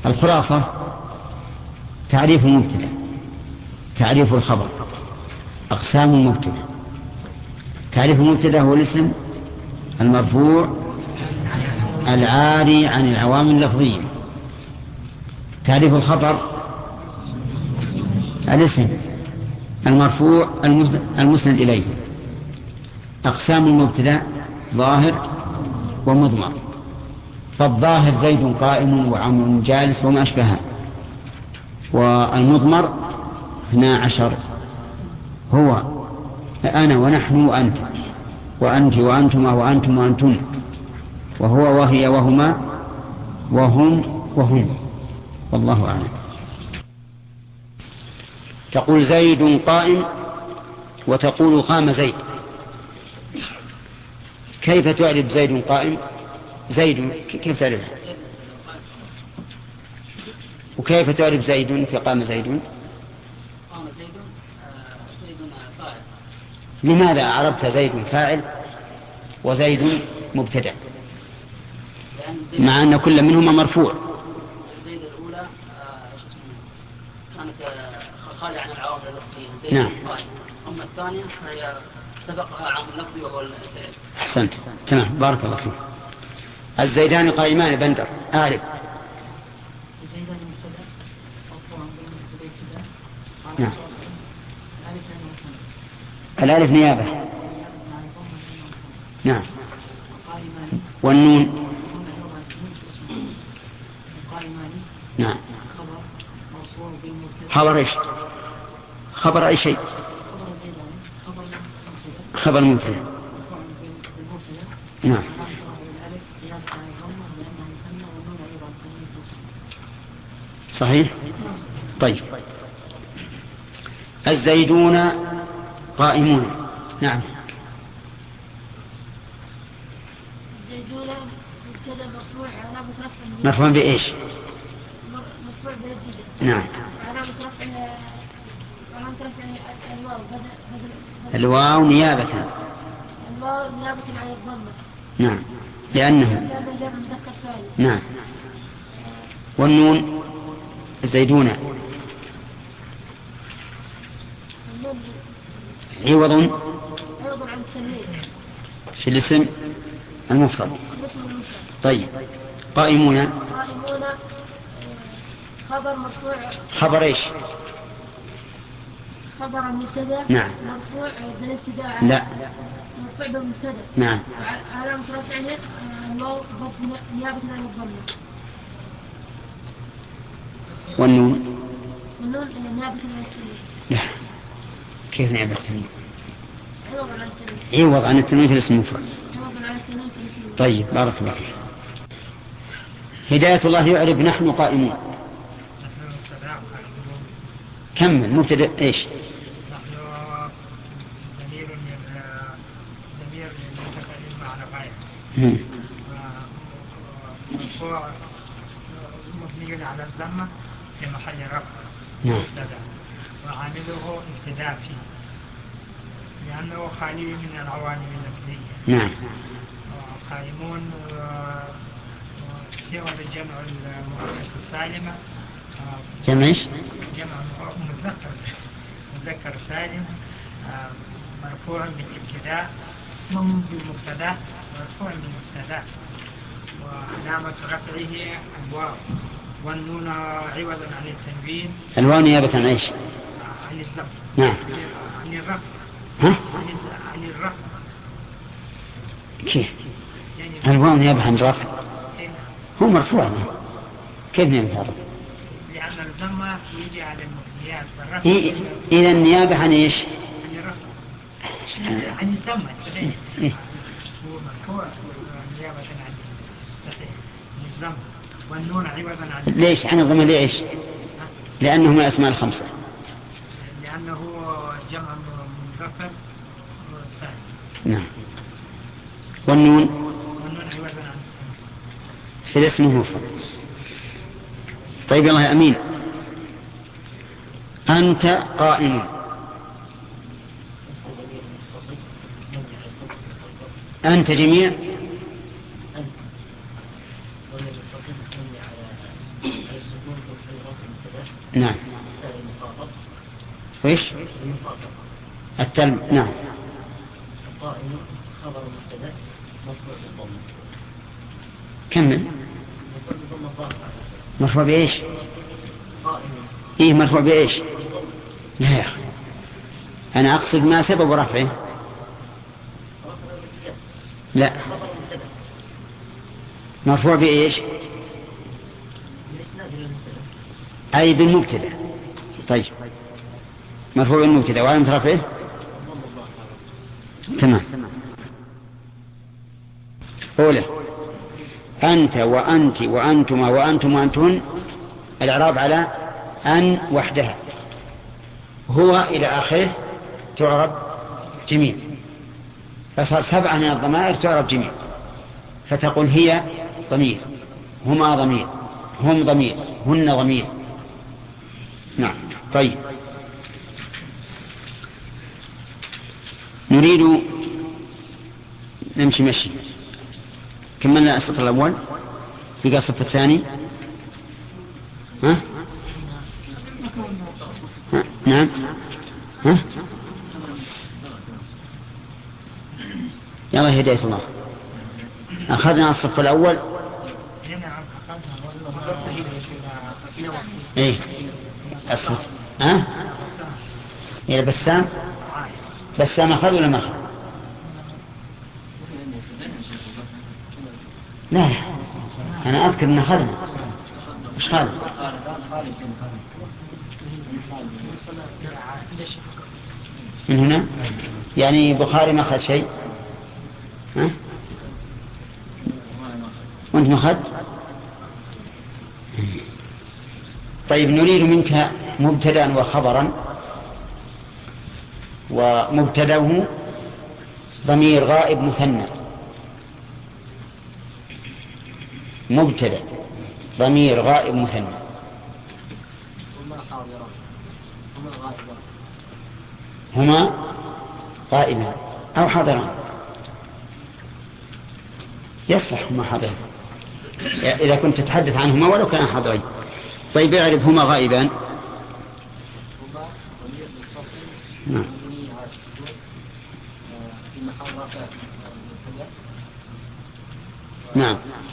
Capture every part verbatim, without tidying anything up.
الخلاصة تعريف المبتدأ، تعريف الخبر، أقسام المبتدأ. تعريف المبتدأ هو الاسم المرفوع العاري عن العوامل اللفظية. تعريف الخبر الاسم المرفوع المسند إليه. أقسام المبتدأ ظاهر ومضمر. فالظاهر زيد قائم وعمر جالس وما أشبهه، والمضمر اثنا عشر هو أنا ونحن وأنت وأنت وأنتما وأنتم وأنتن، وهو وهي وهما وهم وهم، والله أعلم. تقول زيد قائم وتقول قام زيد. كيف تعرف زيد قائم؟ زيد كيف تعرف؟ وكيف تعرف زيد في قام زيد؟ قام زيد زيد فاعل. لماذا عرفت زيد فاعل وزيد مبتدأ مع أن كل منهما مرفوع؟ زيد الأولى كانت خالية عن العوامل اللفظية. نعم. أما الثانية فهي سبقها عامل لفظي وهو الفعل. أحسنت، تمام، بارك الله فيك. الزيدان قائمان بندر أعرف. نعم. الألف نيابة. نعم. والنون. نعم. خبر ايش؟ خبر اي شيء؟ خبر مبتدأ. نعم. صحيح. طيب. الزيدون قائمون. نعم. الزيدون مبتدأ مرفوع علامة رفعه. مرفوع بإيش؟ مرفوع بالابتداء. نعم. علامة رفعه علامة رفعه الواو بدل الواو نيابة. الواو نيابة عن الضمة. نعم. لأنه. نعم. والنون الزيدون عوض عوض عن التنوين في الاسم المفرد. طيب. قائمون. قائمون خبر مرفوع. خبر ايش؟ خبر مبتدا. نعم. مرفوع بالابتداء. لا. مرفوع بالمبتدا. نعم. علامة رفعه الواو نيابة عن الضمة. والنون. والنون نيابة عن التنوين. لا. كيف نيابة عن التنوين؟ عوض عن التنوين. عوض عن التنوين في الاسم المفرد. عوض عن التنوين في الاسم المفرد. طيب، بارك الله فيك. هداية الله يعرف نحن قائمون. كمل. مبتدأ ايش؟ نحن ضمير ضمير متكلم مع غاية مرفوع مبني على الضمة في محل رفع. نعم. وعامله ابتداء فيه لأنه خالي من العوامل اللفظية. نعم. قائمون صيغة الجمع المؤنث السالمة. جمع ايش؟ جمع مذكر مذكر سالم مرفوع بالابتداء ثم بالمبتدا مرفوع بالمبتدا وعلامة رفعه الواو والنون عوضا عن التنوين. الواو نيابة عن ايش؟ عن الضم. نعم. عن الرفع. ها؟ عن الرفع. كيف؟ الواو نيابة عن الرفع. هو مرفوع. كيف نيابة عن الرفع؟ لأن الضم يجي على المبنيات والرفع. إيه؟ إذا النيابة عن ايش؟ عن الرفع. عن الضم. إيه؟ هو مرفوع نيابة عن الضم والنون عوضا عن. ليش عن الضم؟ ليش؟ لأنه من الأسماء الخمسة. لأنه جمع مذكر سالم. نعم. والنون. والنون عوضا عن في الاسم المفرد. طيب يلا يا أمين. أنت قائم. أنت جميع. نعم. وإيش التلم؟ نعم. القائم خبر مبتدأ مرفوع بالضم. كمل. مرفوع بإيش؟ إيه مرفوع بإيش؟ لا يا أخي أنا أقصد ما سبب رفعه. لا مرفوع بإيش؟ أي بالمبتدأ. طيب مرفوع بالمبتدأ وعلامة رفعه تمام. أولى أنت وأنت وأنتما وأنتم وأنتن الإعراب على أن وحدها، هو إلى آخره تعرب جميع، فصار سبعة من الضمائر تعرب جميع، فتقول هي ضمير، هما ضمير، هم ضمير، هن ضمير. نعم. طيب نريد نمشي مشي. كملنا السطر الأول في الصف الثاني. ها؟ ها؟ نعم. ها؟ يلا هداية الله. أخذنا الصف الأول. إيه الصف. ها؟ إلى بسام. بسام أخذ ولا ما أخذ؟ لا أنا أذكر أن أخذنا. مش خالد؟ من هنا يعني بخاري ما أخذ شيء. ها؟ وأنت ما أخذت؟ طيب نريد منك مبتدأ وخبرا، ومبتدأه ضمير غائب مثنى. مبتدأ ضمير غائب مثنى. هما غائبان أو حاضران. يصلح هما حاضران إذا كنت تتحدث عنهما ولو كان حاضرين. طيب اعرف هما غائبان. نعم. نعم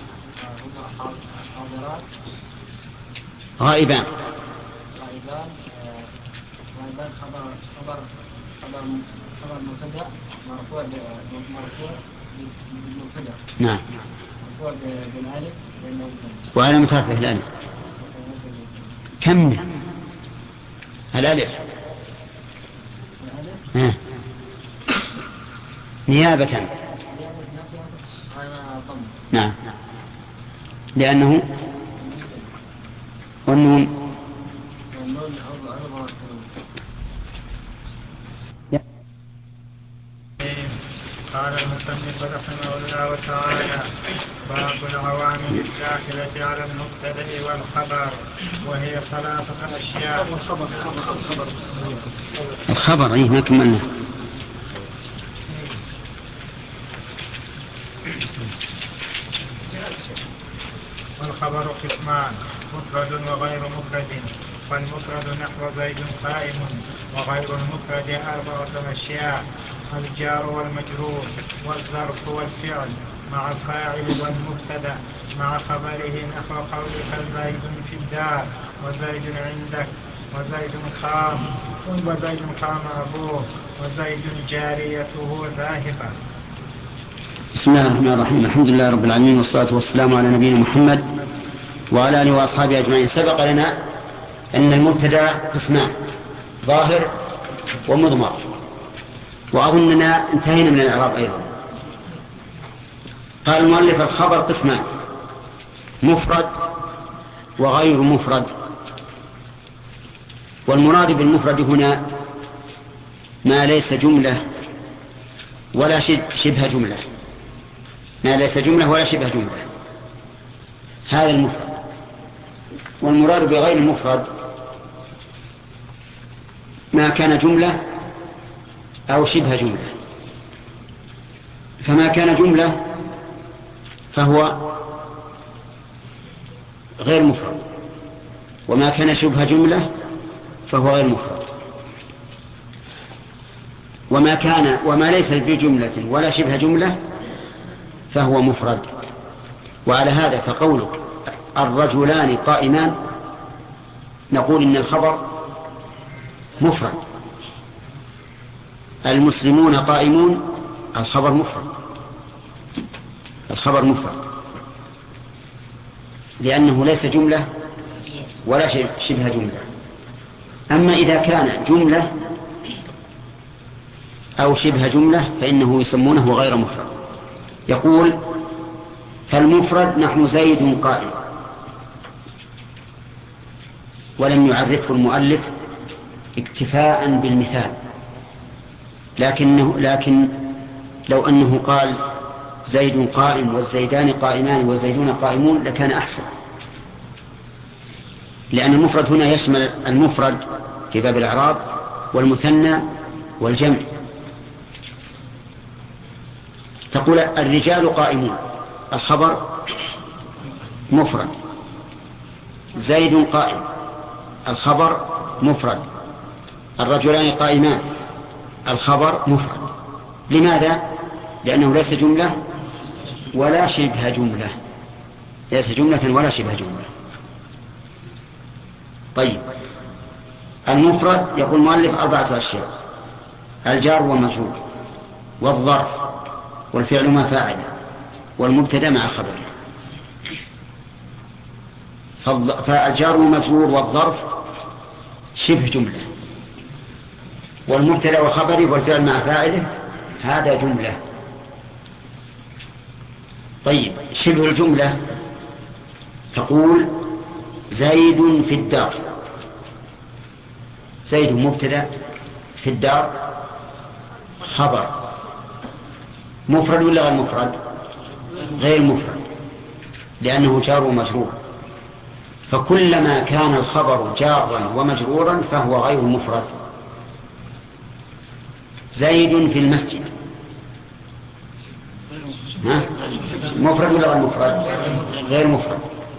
غائبان. غائبان غائبان خبر خبر خبر خبر مبتدأ مرفوع مرفوع بالمبتدأ. نعم. مرفوع بالالف لانه وعلى مترفع الالف. كم الالف؟ ها. نيابة. نعم لأنه والنون قال المصنف رحمه الله تعالى: باب العوامل الداخلة على المبتدأ والخبر، وهي ثلاثة أشياء. الخبر أيه ما كملنا. والخبر قسمان: مفرد وغير مفرد. فالمفرد نحو زيد قائم، وغير المفرد أربعة أشياء: الجار والمجرور، والظرف والفعل، مع الفاعل والمبتدأ، مع خبره نحو قولك زيد في الدار، وزيد عندك، وزيد قام، وزيد قام أبوه، وزيد جاريته ذاهبة. بسم الله الرحمن الرحيم. الحمد لله رب العالمين، والصلاة والسلام على نبينا محمد وعلى آله وأصحابه أجمعين. سبق لنا أن المبتدأ قسمان: ظاهر ومضمر، وأظننا انتهينا من الإعراب أيضا. قال المؤلف: الخبر قسمان: مفرد وغير مفرد. والمراد بالمفرد هنا ما ليس جملة ولا شبه جملة، ما ليس جملة ولا شبه جملة، هذا المفرد. والمراد بغير المفرد ما كان جملة أو شبه جملة. فما كان جملة فهو غير مفرد، وما كان شبه جملة فهو غير مفرد، وما كان وما ليس بجملة ولا شبه جملة فهو مفرد. وعلى هذا فقولك الرجلان قائمان نقول إن الخبر مفرد، المسلمون قائمون الخبر مفرد، الخبر مفرد لأنه ليس جملة ولا شبه جملة. أما إذا كان جملة أو شبه جملة فإنه يسمونه غير مفرد. يقول فالمفرد نحن زيد قائم، ولم يعرفه المؤلف اكتفاء بالمثال، لكنه لكن لو أنه قال زيد قائم والزيدان قائمان والزيدون قائمون لكان أحسن، لأن المفرد هنا يشمل المفرد في باب الإعراب والمثنى والجمع. تقول الرجال قائمون الخبر مفرد، زيد قائم الخبر مفرد، الرجلان قائمان الخبر مفرد. لماذا؟ لأنه ليس جملة ولا شبه جملة، ليس جملة ولا شبه جملة. طيب المفرد يقول المؤلف أربعة أشياء: الجار والمجرور والظرف والفعل ما فاعل والمبتدا مع خبره. فالجار والمجرور والظرف شبه جملة، والمبتدا وخبره والفعل مع فاعله هذا جملة. طيب شبه الجملة تقول زيد في الدار، زيد مبتدا في الدار خبر، مفرد ولا غير مفرد؟ غير مفرد لأنه جار ومجرور، فكلما كان الخبر جارا ومجرورا فهو غير مفرد. زيد في المسجد مفرد ولا غير مفرد؟ غير مفرد.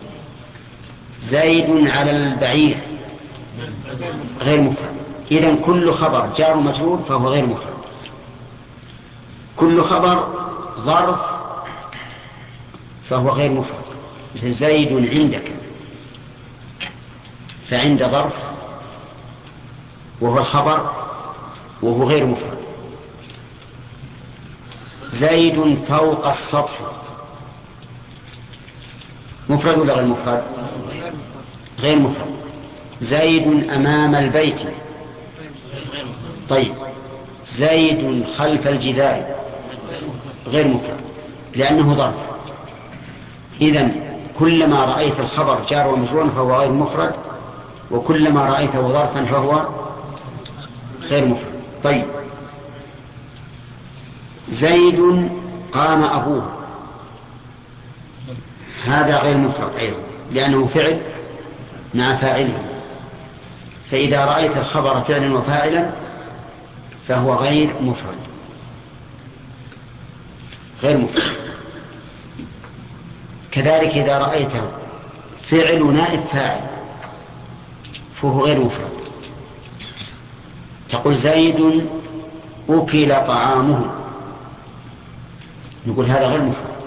زيد على البعير غير مفرد. إذن كل خبر جار ومجرور فهو غير مفرد. كل خبر ظرف فهو غير مفرد، مثل زيد عندك فعند ظرف وهو الخبر وهو غير مفرد. زيد فوق السطح مفرد ولا غير مفرد؟ غير مفرد. زيد أمام البيت. طيب زيد خلف الجدار غير مفرد لأنه ظرف. إذن كلما رأيت الخبر جار ومجرور فهو غير مفرد، وكلما رأيته ظرفا فهو غير مفرد. طيب زيد قام أبوه هذا غير مفرد أيضا لأنه فعل مع فاعله، فإذا رأيت الخبر فعلا وفاعلا فهو غير مفرد غير مفرد. كذلك إذا رأيته فعل نائب فاعل فهو غير مفرد. تقول زيد أكل طعامه، نقول هذا غير مفرد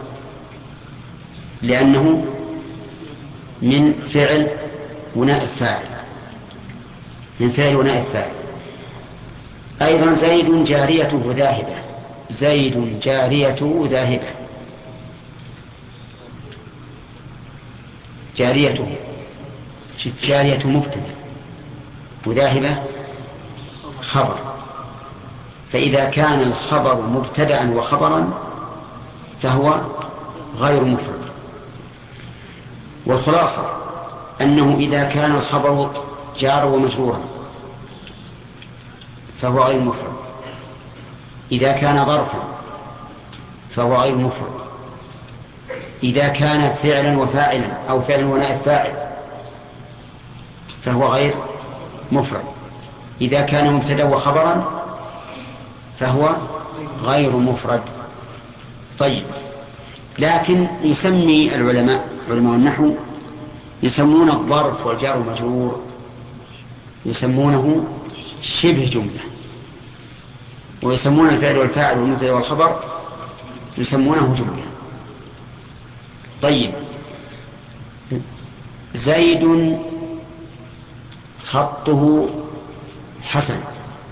لأنه من فعل ونائب فاعل، من فعل ونائب فاعل. أيضا زيد جاريته ذاهبة، زيد جاريته ذاهبة، جاريته جارية مبتدأ وذاهبة خبر، فإذا كان الخبر مبتدأ وخبرا فهو غير مفرد. والخلاصة أنه إذا كان الخبر جار ومجرورا فهو غير مفرد، إذا كان ظرفا فهو غير مفرد، إذا كان فعلا وفاعلا أو فعلا ونائب فاعل فهو غير مفرد، إذا كان مبتدا وخبرا فهو غير مفرد. طيب لكن يسمي العلماء علماء النحو يسمون الظرف والجار والمجرور يسمونه شبه جملة، ويسمون الفعل والفاعل والمبتدأ والخبر يسمونه جملة. طيب، زيد خطه حسن،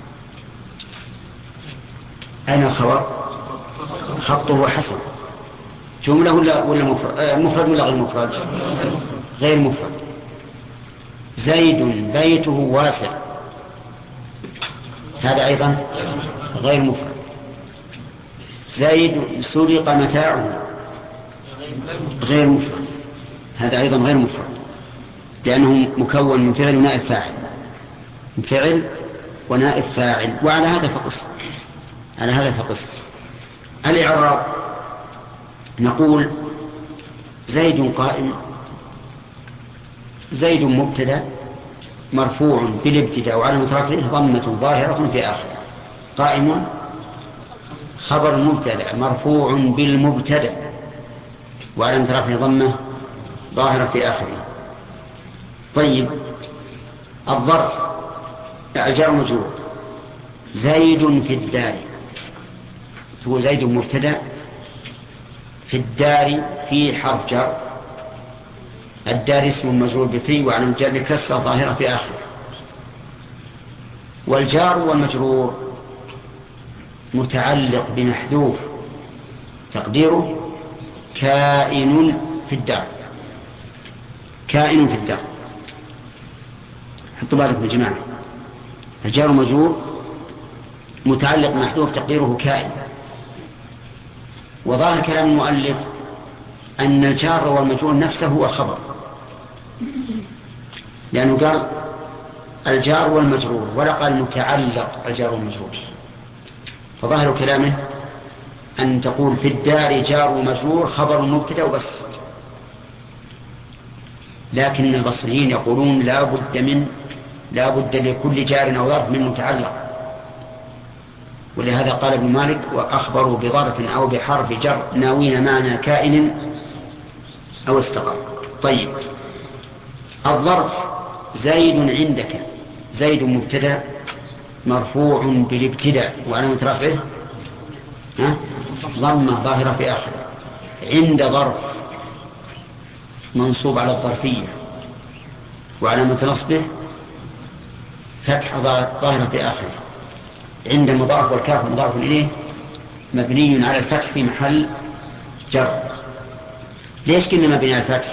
أين الخبر؟ خطه حسن جملة ولا ولا مفرد؟ مفرد ولا غير مفرد؟ غير مفرد. زيد بيته واسع، هذا أيضا غير مفرد. زيد سرق متاعه، غير مفرد، هذا أيضا غير مفرد، لأنه مكون من فعل ونائب فاعل، من فعل ونائب فاعل. وعلى هذا فقس، على هذا فقس. الإعراب نقول زيد قائم، زيد مبتدأ مرفوع بالابتداء وعلامة رفعه ضمة ظاهرة في آخره. قائم خبر مبتدأ مرفوع بالمبتدأ وعلامة رفعه ضمة ظاهرة في آخره. طيب، الظرف جار مجرور، زيد في الدار، هو زيد مبتدأ، في الدار في حرف جر، الدار اسم مجرور بفي وعلامة جر كسرة ظاهرة في آخره. والجار والمجرور متعلق بمحذوف تقديره كائن في الدار، كائن في الدار. حطوا بالكم يا جماعة، الجار والمجرور متعلق بمحذوف تقديره كائن. وظاهر كلام المؤلف أن الجار والمجرور نفسه هو الخبر، لأنه قال الجار والمجرور ولا قال متعلق الجار والمجرور. فظاهر كلامه أن تقول في الدار جار ومجرور خبر مبتدأ وبس. لكن البصريين يقولون لا بد من لا بد لكل جار أو ظرف من متعلق، ولهذا قال ابن مالك وأخبروا بظرف أو بحرف جر ناوين معنى كائن أو استقر. طيب، الظرف زيد عندك، زيد مبتدأ مرفوع بالابتداء وعلامة رفعه ضمة ظاهرة في آخره. عند ظرف منصوب على الظرفية وعلامة نصبه فتح ظاهرة في آخره. عند مضاف والكاف مضاف إليه مبني على الفتح في محل جر. ليش كنا مبني على الفتح؟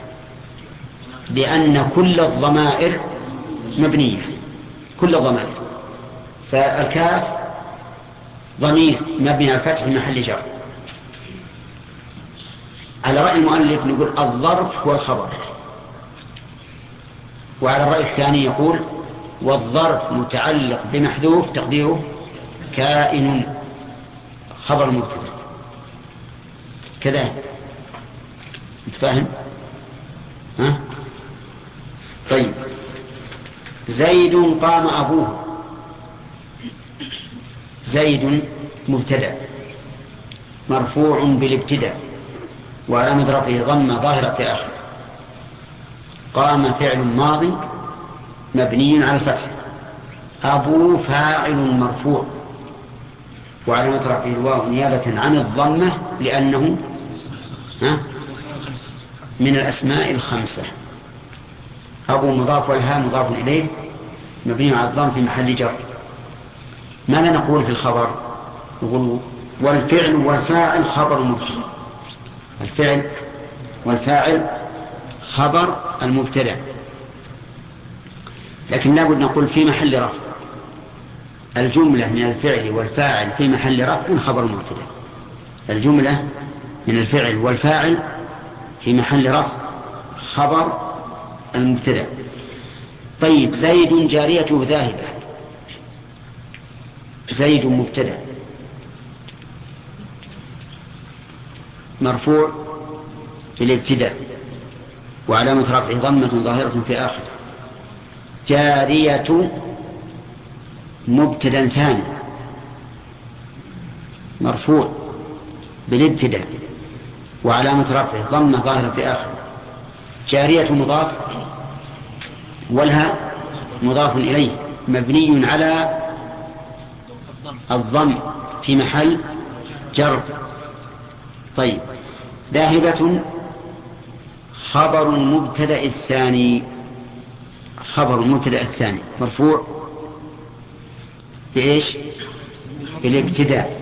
لأن كل الضمائر مبنية، كل الضمائر، فالكاف ضمير مبني على الفتح في محل جر. على رأي المؤلف نقول الظرف هو الخبر، وعلى الرأي الثاني يقول والظرف متعلق بمحذوف تقديره كائن خبر مبتدأ. كذا متفاهم؟ ها؟ طيب، زيد قام أبوه، زيد مبتدأ مرفوع بالابتداء وعلامة رفعه ضمة ظاهرة في آخره. قام فعل ماضي مبني على الفتح، أبو فاعل مرفوع وعلامة رفعه الواو نيابة عن الضمة لأنه ها من الأسماء الخمسة. أبو مضاف والها مضاف إليه مبني على الضم في محل جر. ماذا نقول في الخبر؟ نقول والفعل والفاعل خبر مبتدأ، الفعل والفاعل خبر المبتدأ، لكن لابد نقول في محل رفع. الجملة من الفعل والفاعل في محل رفع خبر مبتدأ، الجملة من الفعل والفاعل في محل رفع خبر المبتدأ. طيب، زيد جاريته ذاهبة، زيد مبتدأ مرفوع بالابتداء وعلامة رفعه ضمة ظاهرة في آخر. جارية مبتدأ ثاني مرفوع بالابتداء وعلامة رفعه ضمة ظاهرة في آخر. جارية مضاف والها مضاف إليه مبني على الضم في محل جر. طيب ذاهبة خبر المبتدأ الثاني، خبر المبتدأ الثاني مرفوع بإيش؟ بالابتداء.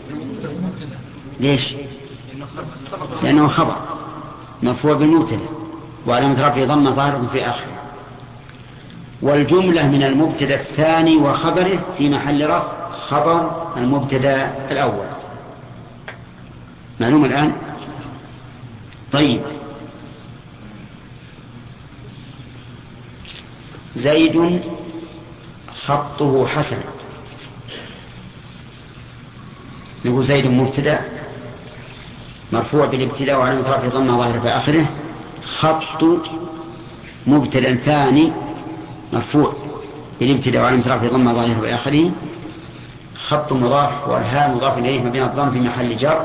ليش؟ لأنه خبر مرفوع بالمبتدأ وعلامة رفعه ضمة ظاهرة في آخره. والجملة من المبتدأ الثاني وخبره في محل رفع خبر المبتدأ الأول. معلوم الآن؟ طيب زيد خطه حسن، نقول زيد مبتدأ مرفوع بالابتداء وعلامة رفعه ضمة ظاهرة في آخره. خط مبتدأ ثاني مرفوع بالابتداء وعلامة رفعه ضمة ظاهرة في آخره. خط مضاف والهاء مضاف إليه ما بين الضم في محل جر.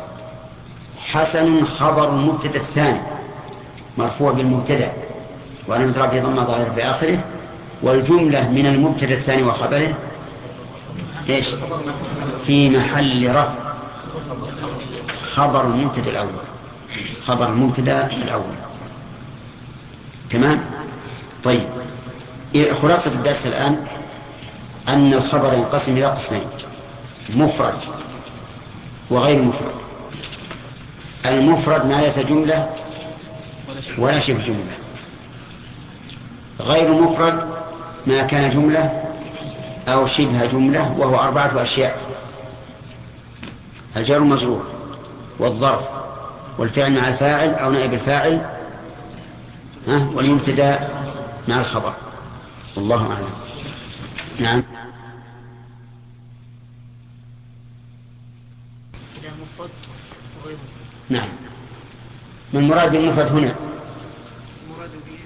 حسن خبر المبتدأ الثاني مرفوع بالمبتدأ وعلامة رفعه ضمة ظاهرة في آخره. والجملة من المبتدأ الثاني وخبره إيش؟ في محل رفع خبر المبتدأ الأول، خبر المبتدأ الأول. تمام؟ طيب خلاصة الدرس الآن أن الخبر ينقسم إلى قسمين: مفرد وغير مفرد. المفرد ما ليس جملة ولا شبه جملة. غير مفرد ما كان جملة أو شبه جملة، وهو أربعة أشياء: الجار والمجرور والظرف والفعل مع الفاعل أو نائب الفاعل والمبتدأ مع الخبر. والله أعلم. نعم. نعم. من المراد بالمفرد هنا؟ المراد به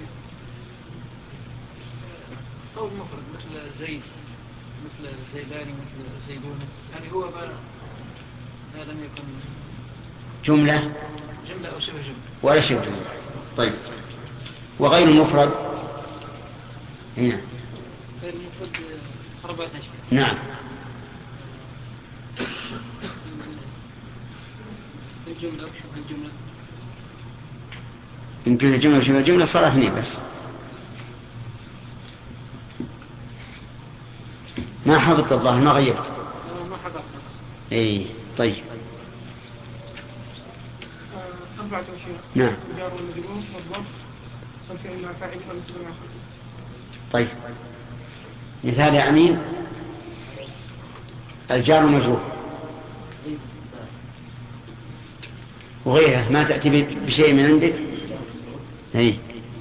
قول مفرد مثل زيد، مثل زيدان، مثل زيدون، يعني هو ما ما لم يكن جملة جملة أو شبه جملة ولا شبه جملة. طيب وغير المفرد؟ هنا غير المفرد أربعة أشياء. نعم. الجملة وشبه الجملة. يمكن الجملة وشبه الجملة صار اثنين بس. ما حفظت الظاهر، ما غيرت. ما حفظت. اي طيب. أربعة أشياء. نعم. الجار والمجرور والظرف والفعل مع فاعل والمبتدأ مع خبر. طيب مثال يا أمين: الجار والمجرور وغيره، ما تأتي بشيء من عندك. هي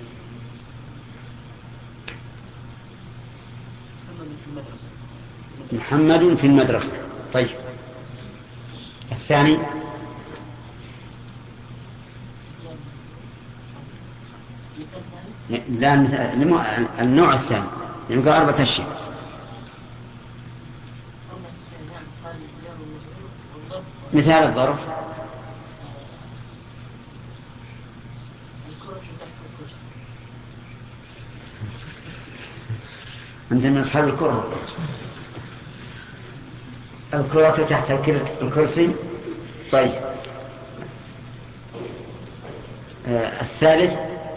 محمد في المدرسة. طيب الثاني لا، النوع الثاني يبقى أربعة أشياء. مثال الظرف: أنت من أصحاب الكرة. الكرة تحت الكرسي. طيب آه الثالث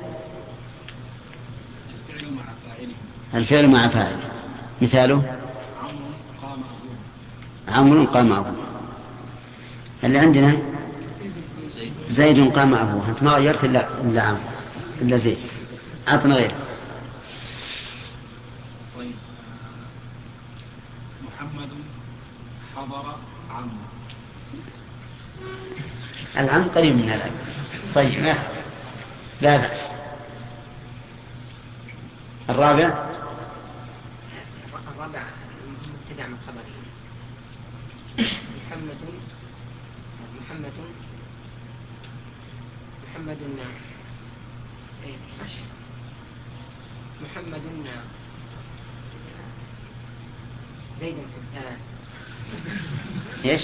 الفعل مع فاعل. مثاله: عمرو قام أبوه. اللي عندنا زيد قام أبوه. أنت ما غيرت إلا إلا عمرو إلا زيد. عطنا غير. محمد حضر عمرو. العم قريب من الأب. طيب ما لا بأس. الرابع الرابع مبتدع من خبره. محمد محمد محمد ايه محمد زيد ايش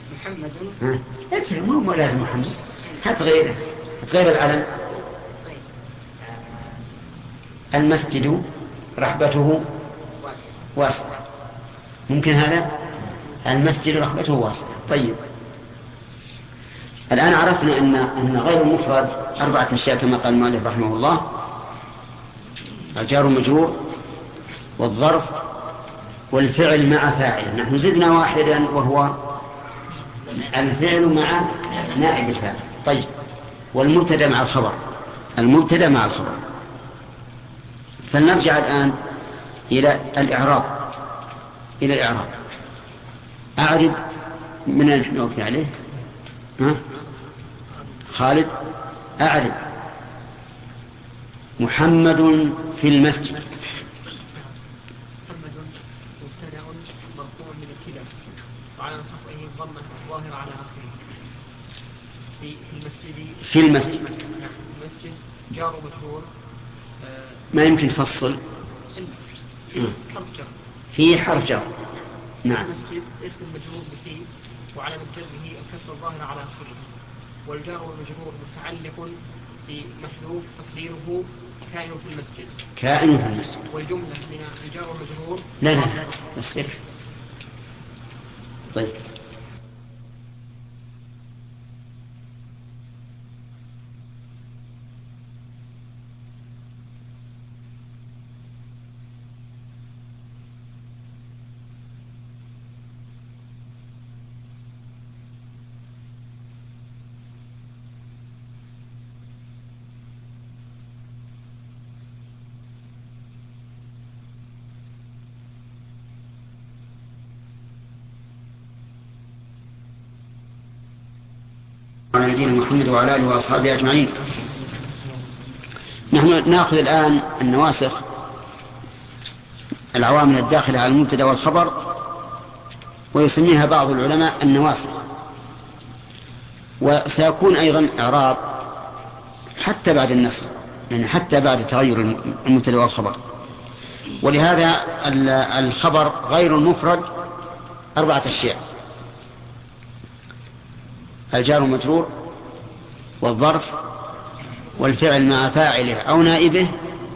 محمد ها مو مو لازم محمد. هات غيره، هات غير العلم. طيب المسجد رحبته واسعة، ممكن هذا؟ المسجد رحبته واسعة. طيب، الآن عرفنا أن أن غير المفرد أربعة أشياء كما قال المؤلف رحمه الله: الجار والمجرور والظرف والفعل مع فاعل. نحن زدنا واحدا وهو الفعل مع نائب الفاعل. طيب، والمبتدا مع الخبر، المبتدا مع الخبر. فلنرجع الآن إلى الإعراب إلى الإعراب أعرب من أين نحن نوقف عليه؟ ها؟ خالد، أعرب محمد في المسجد. محمد مبتدأ مرفوع من الكلام وعلى رفعه الضمة الظاهرة على آخره. في المسجد في المسجد المسجد جار ومجرور. ما يمكن تفصل حرف جر، في حرف جر. نعم. المسجد اسم مجرور بفي وعلى جره الكسر الظاهرة على آخره. والجار والمجرور متعلق بمحذوف تقديره كائن في المسجد. كائن في المسجد. والجملة من الجار والمجرور. لا لا بس يكفي. طيب، على نبينا محمد وعلى آله وأصحابه أجمعين. نحن نأخذ الآن النواسخ، العوامل الداخلة على المبتدا والخبر، ويسميها بعض العلماء النواسخ. وسيكون أيضا إعراب حتى بعد النسخ، يعني حتى بعد تغير المبتدا والخبر. ولهذا الخبر غير المفرد أربعة أشياء: الجار والمجرور والظرف والفعل مع فاعله أو نائبه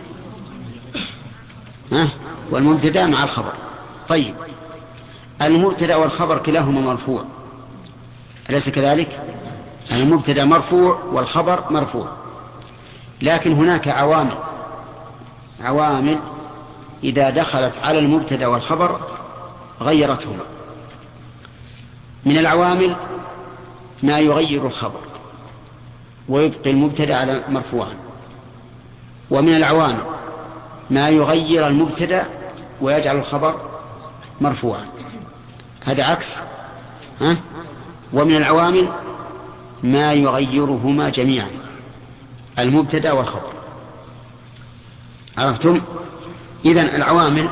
والمبتدا مع الخبر. طيب، المبتدا والخبر كلاهما مرفوع، أليس كذلك؟ المبتدا مرفوع والخبر مرفوع، لكن هناك عوامل عوامل إذا دخلت على المبتدا والخبر غيرتهما. من العوامل ما يغير الخبر ويبقي المبتدا على مرفوعا، ومن العوامل ما يغير المبتدا ويجعل الخبر مرفوعا، هذا عكس. ها؟ ومن العوامل ما يغيرهما جميعا، المبتدا والخبر. عرفتم؟ إذن العوامل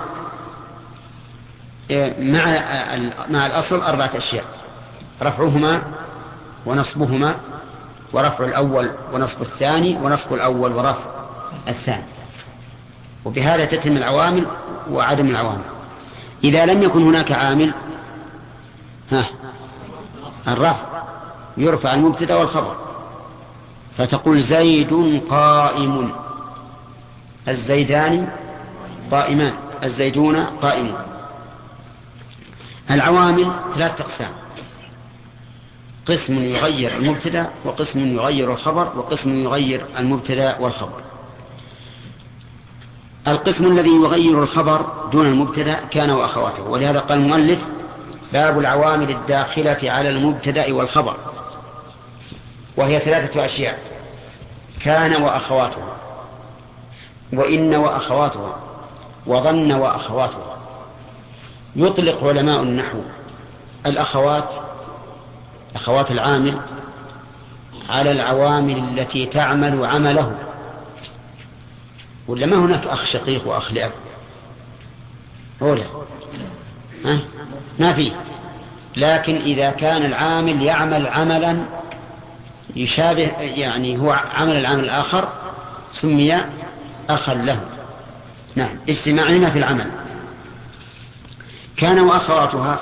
مع مع الأصل أربعة أشياء: رفعهما ونصبهما، ورفع الأول ونصب الثاني، ونصب الأول ورفع الثاني. وبهذا تتم العوامل وعدم العوامل. إذا لم يكن هناك عامل، ها الرفع، يرفع المبتدا والخبر، فتقول زيد قائم، الزيدان قائمان، الزيدون قائمون. العوامل ثلاث أقسام: قسم يغير المبتدا، وقسم يغير الخبر، وقسم يغير المبتدا والخبر. القسم الذي يغير الخبر دون المبتدا كان وأخواته، ولهذا قال المؤلف: باب العوامل الداخلة على المبتدا والخبر، وهي ثلاثة أشياء: كان وأخواتها، وإن وأخواتها، وظن وأخواتها. يطلق علماء النحو الأخوات، أخوات العامل، على العوامل التي تعمل عمله. ولا ما هناك أخ شقيق وأخ لأب؟ أولا ها؟ ما فيه. لكن إذا كان العامل يعمل عملا يشابه، يعني هو عمل العمل الآخر، سمي أخا له. نعم، اجتماعهما في العمل. كان وأخواتها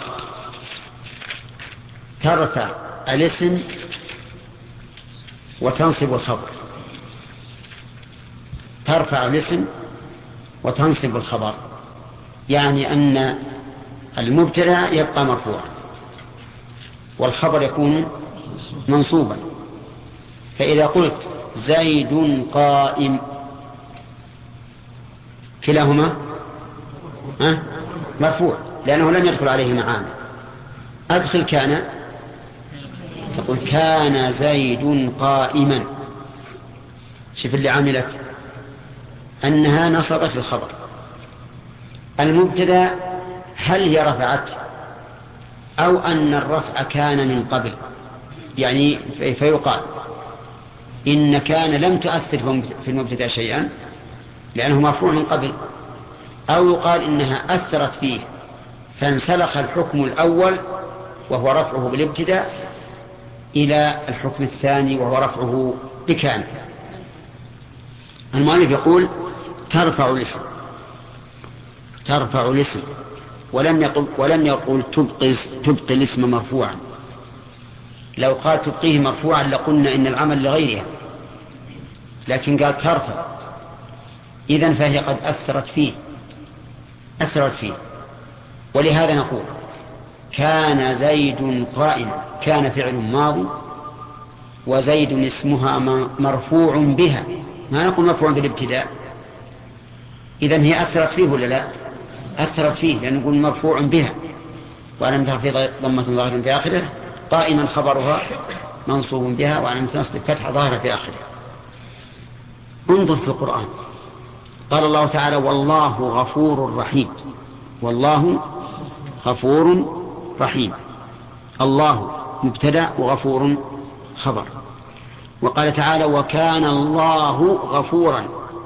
ترفع الاسم وتنصب الخبر، ترفع الاسم وتنصب الخبر، يعني أن المبتدأ يبقى مرفوعا والخبر يكون منصوبا. فإذا قلت زيد قائم كلاهما أه؟ مرفوع لأنه لم يدخل عليه معامل. أدخل كان تقول كان زيد قائما. شوف اللي عملت أنها نصبت الخبر. المبتدأ هل هي رفعت أو أن الرفع كان من قبل؟ يعني فيقال إن كان لم تؤثر في المبتدأ شيئا لأنه مرفوع من قبل، أو يقال إنها أثرت فيه فانسلخ الحكم الأول وهو رفعه بالابتداء إلى الحكم الثاني وهو رفعه بكان. المؤلف يقول ترفع الاسم ترفع الاسم ولم يقل ولم يقل تبقي تبقي الاسم مرفوعا. لو قال تبقيه مرفوعا لقلنا إن العمل لغيرها، لكن قال ترفع، إذن فهي قد أثرت فيه أثرت فيه ولهذا نقول كان زيد قائما. كان فعل ماضي وزيد اسمها مرفوع بها، ما نقول مرفوع بالابتداء. إذن هي أثرت فيه ولا لا؟ أثرت فيه لأن نقول مرفوع بها وعلامة رفعه ضمة ظاهرة في آخره، قائما خبرها منصوب بها وعلامة نصب فتحة ظاهرة في آخره. انظر في القرآن قال الله تعالى والله غفور رحيم. والله غفور رحيم. الله مبتدأ وغفور خبر. وقال تعالى وكان الله غفورا.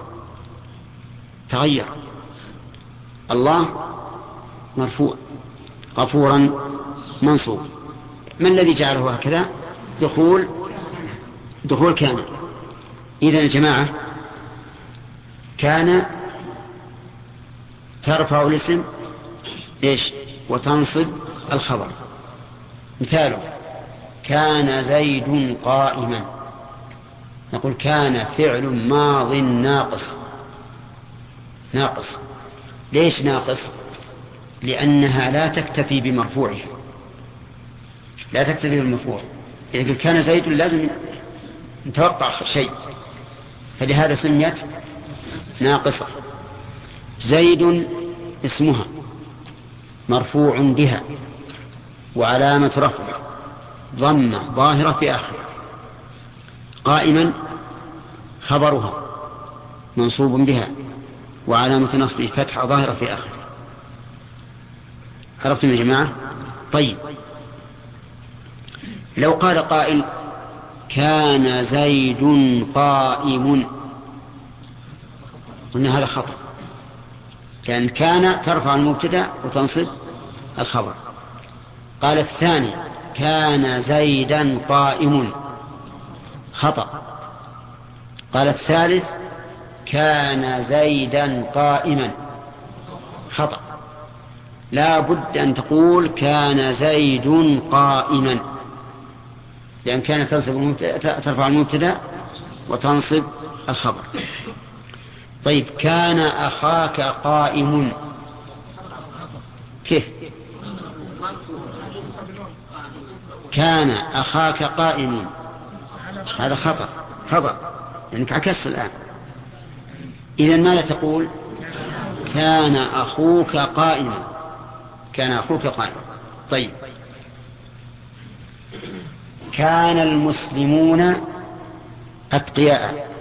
تغير، الله مرفوع غفورا منصوب. ما الذي جعله هكذا؟ دخول دخول كان. إذن يا جماعة كان ترفع الاسم إيش وتنصب الخبر. مثاله كان زيد قائما، نقول كان فعل ماض ناقص. ناقص ليش ناقص؟ لأنها لا تكتفي بمرفوعها، لا تكتفي بالمرفوع. إذا كان زيد لازم نتوقع شيء، فلهذا سميت ناقصة. زيد اسمها مرفوع بها وعلامة رفعه ضمة ظاهرة في آخره. قائما خبرها منصوب بها وعلامة نصبه فتحة ظاهرة في آخره. عرفتم يا جماعة؟ طيب لو قال قائل كان زيد قائم، قلنا هذا خطأ، لأن كان ترفع المبتدأ وتنصب الخبر. قال الثاني كان زيدا قائم، خطأ. قال الثالث كان زيدا قائما، خطأ. لا بد أن تقول كان زيد قائما، لأن كان تنصب ترفع المبتدأ وتنصب الخبر. طيب كان أخاك قائم، كيف؟ كان أخاك قائم، هذا خطأ خطأ لأنك عكست الآن. إذن ماذا تقول؟ كان أخوك قائما، كان أخوك قائما. طيب كان المسلمون أتقياء،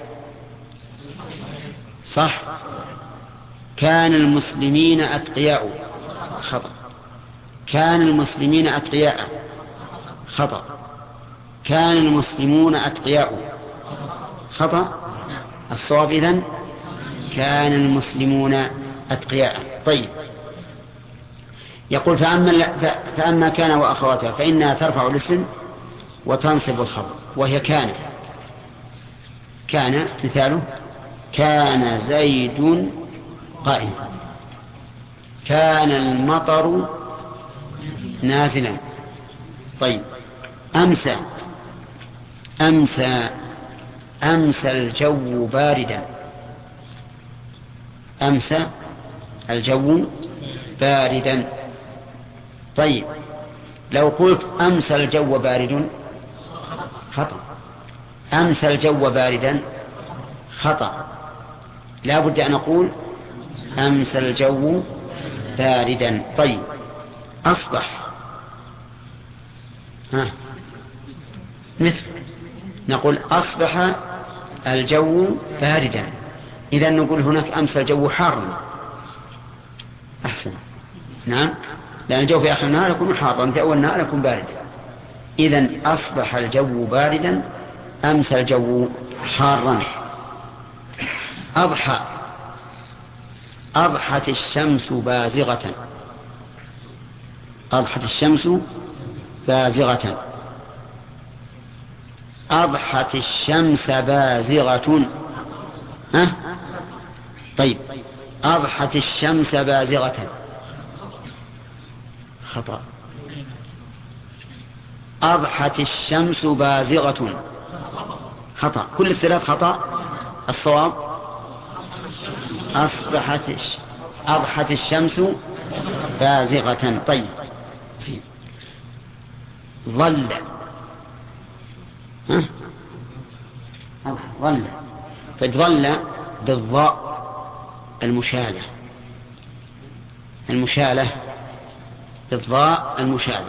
صح؟ كان المسلمين أتقياء، خطأ. كان المسلمين أتقياء، خطأ. كان المسلمون أتقياء، خطأ. الصواب إذن كان المسلمون أتقياء. طيب يقول فأما, فأما كان وأخواتها فإنها ترفع الاسم وتنصب الخبر، وهي كان. كان مثاله كان زيد قائم، كان المطر نازلا. طيب أمسى، أمسى أمسى الجو باردا. أمسى الجو باردا. طيب لو قلت أمسى الجو بارد خطأ، أمسى الجو باردا خطأ، لا بد أن أقول أمسى الجو باردا. طيب أصبح ها مثل نقول أصبح الجو باردا، إذا نقول هناك أمسى الجو حارا أحسن. نعم، لأن الجو في آخر النهار يكون حارا، في أول النهار يكون باردا. إذا أصبح الجو باردا، أمسى الجو حارا. أضحى، أضحت الشمس بازغة، أضحت الشمس بازغة. أضحت الشمس بازغة. ها؟ طيب أضحت الشمس بازغة خطأ. أضحت الشمس بازغة خطأ. كل الثلاث خطأ. الصواب أصبحت أضحت الشمس بازغة. طيب ظل، ها؟ ظل. طيب ظل بالضاء المشالة، المشالة بالضاء المشالة،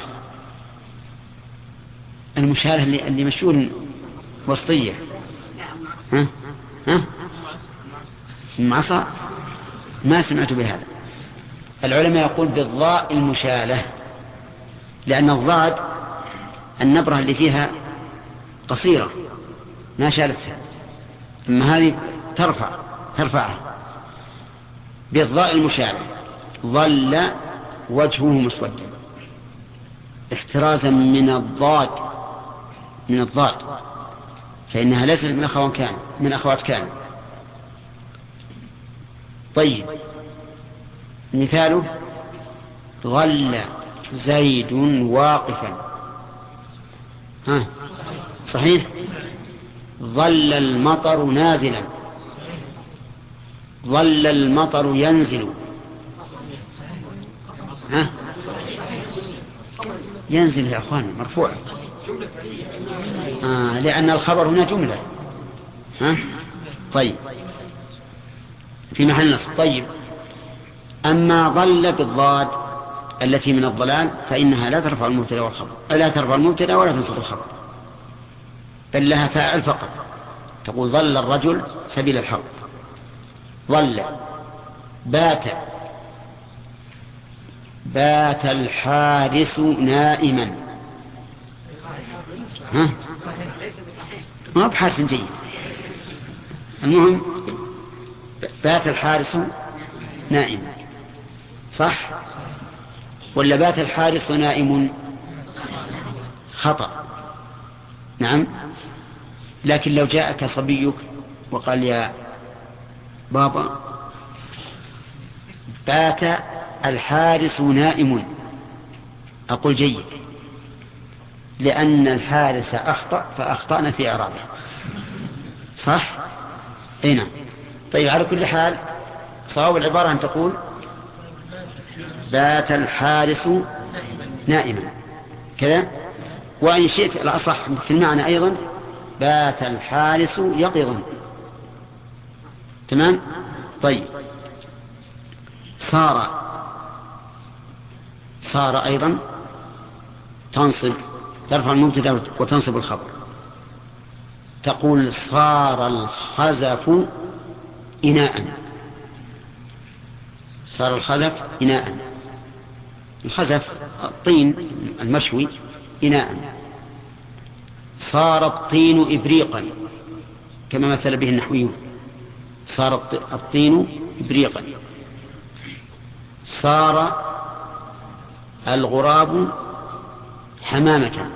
المشالة اللي, اللي مشهور وسطية. ها؟ ها؟ المعصى ما سمعت بهذا. العلماء يقول بالضاء المشالة، لأن الضاد النبرة اللي فيها قصيرة ما شالتها، أما هذه ترفع ترفعها. بالضاء المشالة. ظل وجهه مسودا احترازا من الضاد، من الضاد، فإنها ليست من أخوات كان من أخوات كان. طيب مثاله ظل زيد واقفا. ها صحيح. ظل المطر نازلا، ظل المطر ينزل. ها ينزل يا أخوان مرفوع، آه لأن الخبر هنا جملة. ها طيب في محل نصب. طيب أما ظل بالضاد التي من الضلال فإنها لا ترفع المبتدا والخبر، لا ترفع المبتدا ولا تنصب الخبر، بل لها فاعل فقط. تقول ظل الرجل سبيل الحق. ظل. بات، بات الحارس نائما. ها ما بحارس جيد. المهم بات الحارس نائما، صح ولا بات الحارس نائم؟ خطأ. نعم، لكن لو جاءك صبيك وقال يا بابا بات الحارس نائم، أقول جيد، لأن الحارس أخطأ فأخطأنا في إعرابه، صح؟ أي نعم. طيب على كل حال صواب العبارة أن تقول بات الحارس نائما كذا، وإن شئت الأصح في المعنى أيضا بات الحارس يقظا. تمام. طيب صار، صار أيضا تنصب، ترفع المبتدا وتنصب الخبر. تقول صار الخزف إناء، صار الخزف إناء. الخزف الطين المشوي إناء. صار الطين إبريقا كما مثل به النحويون، صار الطين إبريقا. صار الغراب حمامة.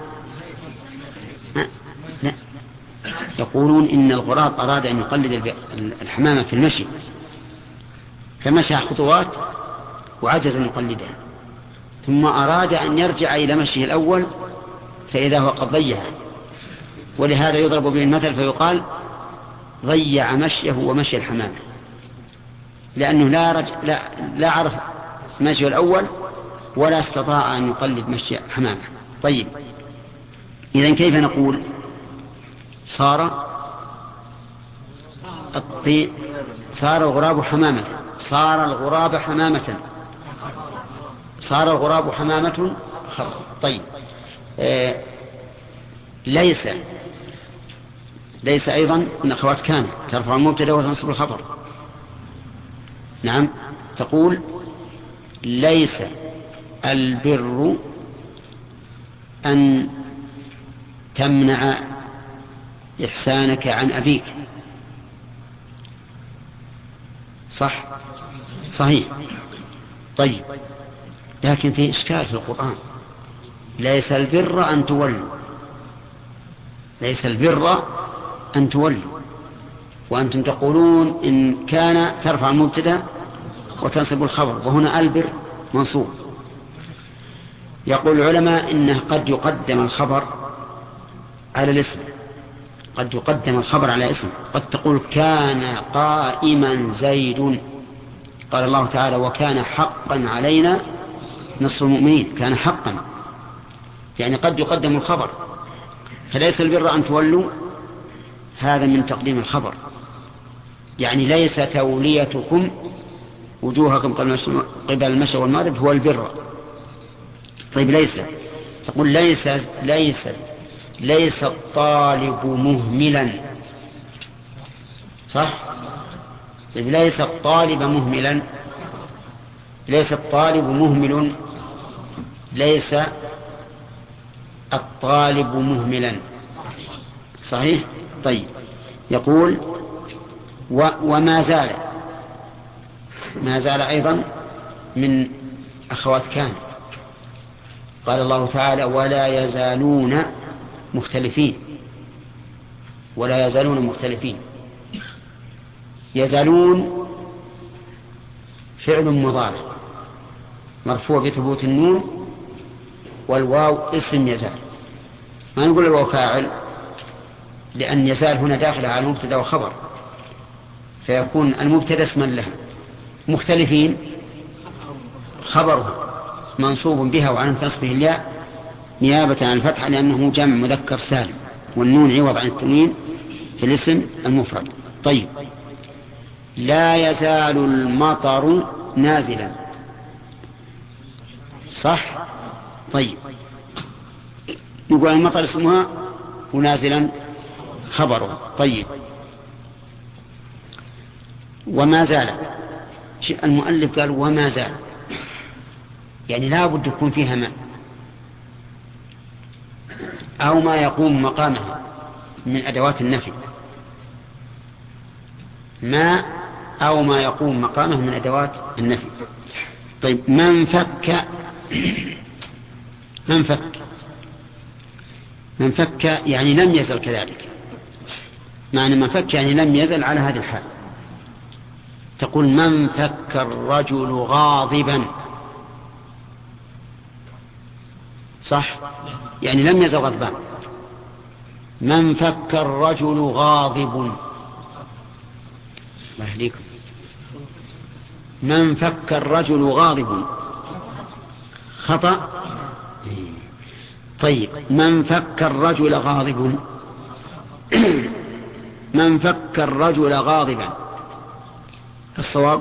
لا، يقولون إن الغراب أراد أن يقلد الحمامة في المشي فمشى خطوات وعجز أن يقلدها، ثم أراد أن يرجع إلى مشيه الأول فإذا هو قد ضيعه، ولهذا يضرب به المثل فيقال ضيع مشيه ومشي الحمامة. لأنه لا, رج... لا... لا عرف مشي الأول ولا استطاع أن يقلد مشي حمامة. طيب إذن كيف نقول صار الطي... صار الغراب حمامة صار الغراب حمامة صار الغراب حمامة خبر. طيب آه... ليس ليس أيضا من أخوات كان ترفع المبتدا وتنصب الخبر. نعم تقول ليس البر أن تمنع إحسانك عن أبيك. صح صحيح. طيب لكن في إشكال في القرآن. ليس البر أن تولوا ليس البر أن تولوا وأنتم تقولون إن كان ترفع المبتدا وتنصب الخبر وهنا البر منصوب. يقول العلماء إنه قد يقدم الخبر على الاسم قد يقدم الخبر على اسم. قد تقول كان قائما زيد قال الله تعالى وكان حقا علينا نصر المؤمنين. كان حقا يعني قد يقدم الخبر. فليس البر أن تولوا هذا من تقديم الخبر يعني ليس توليتكم وجوهكم قبل المشرق والمغرب هو البر. طيب ليس تقول ليس ليس ليس الطالب مهملا. صح. طيب ليس الطالب مهملا ليس الطالب مهمل ليس الطالب مهملا. صحيح. طيب يقول و وما زال ما زال أيضا من أخوات كان. قال الله تعالى ولا يزالون مختلفين ولا يزالون مختلفين. يزالون فعل مضارع مرفوع بثبوت النون والواو اسم يزال. ما نقول الواو فاعل لأن يزال هنا داخل على المبتدا وخبر فيكون المبتدا اسما له. مختلفين خبره منصوب بها وعن نصبه الياء نيابة عن الفتحة لأنه جمع مذكر سالم والنون عوض عن التنوين في الاسم المفرد. طيب لا يزال المطر نازلا. صح. طيب نقول المطر اسمها ونازلا خبره. طيب وما زال المؤلف قال وما زال يعني لا بد يكون فيها ماء أو ما يقوم مقامها من أدوات النفي. ماء أو ما يقوم مقامه من أدوات النفي. طيب من فك من فك من فك يعني لم يزل كذلك. معنى من فك يعني لم يزل على هذه الحال. تقول من فك الرجل غاضبا. صح يعني لم يزل غضبان. من فك الرجل غاضب. الله يهديكم. من فك الرجل غاضب خطأ. طيب من فك الرجل غاضب من فك الرجل غاضبا. الصواب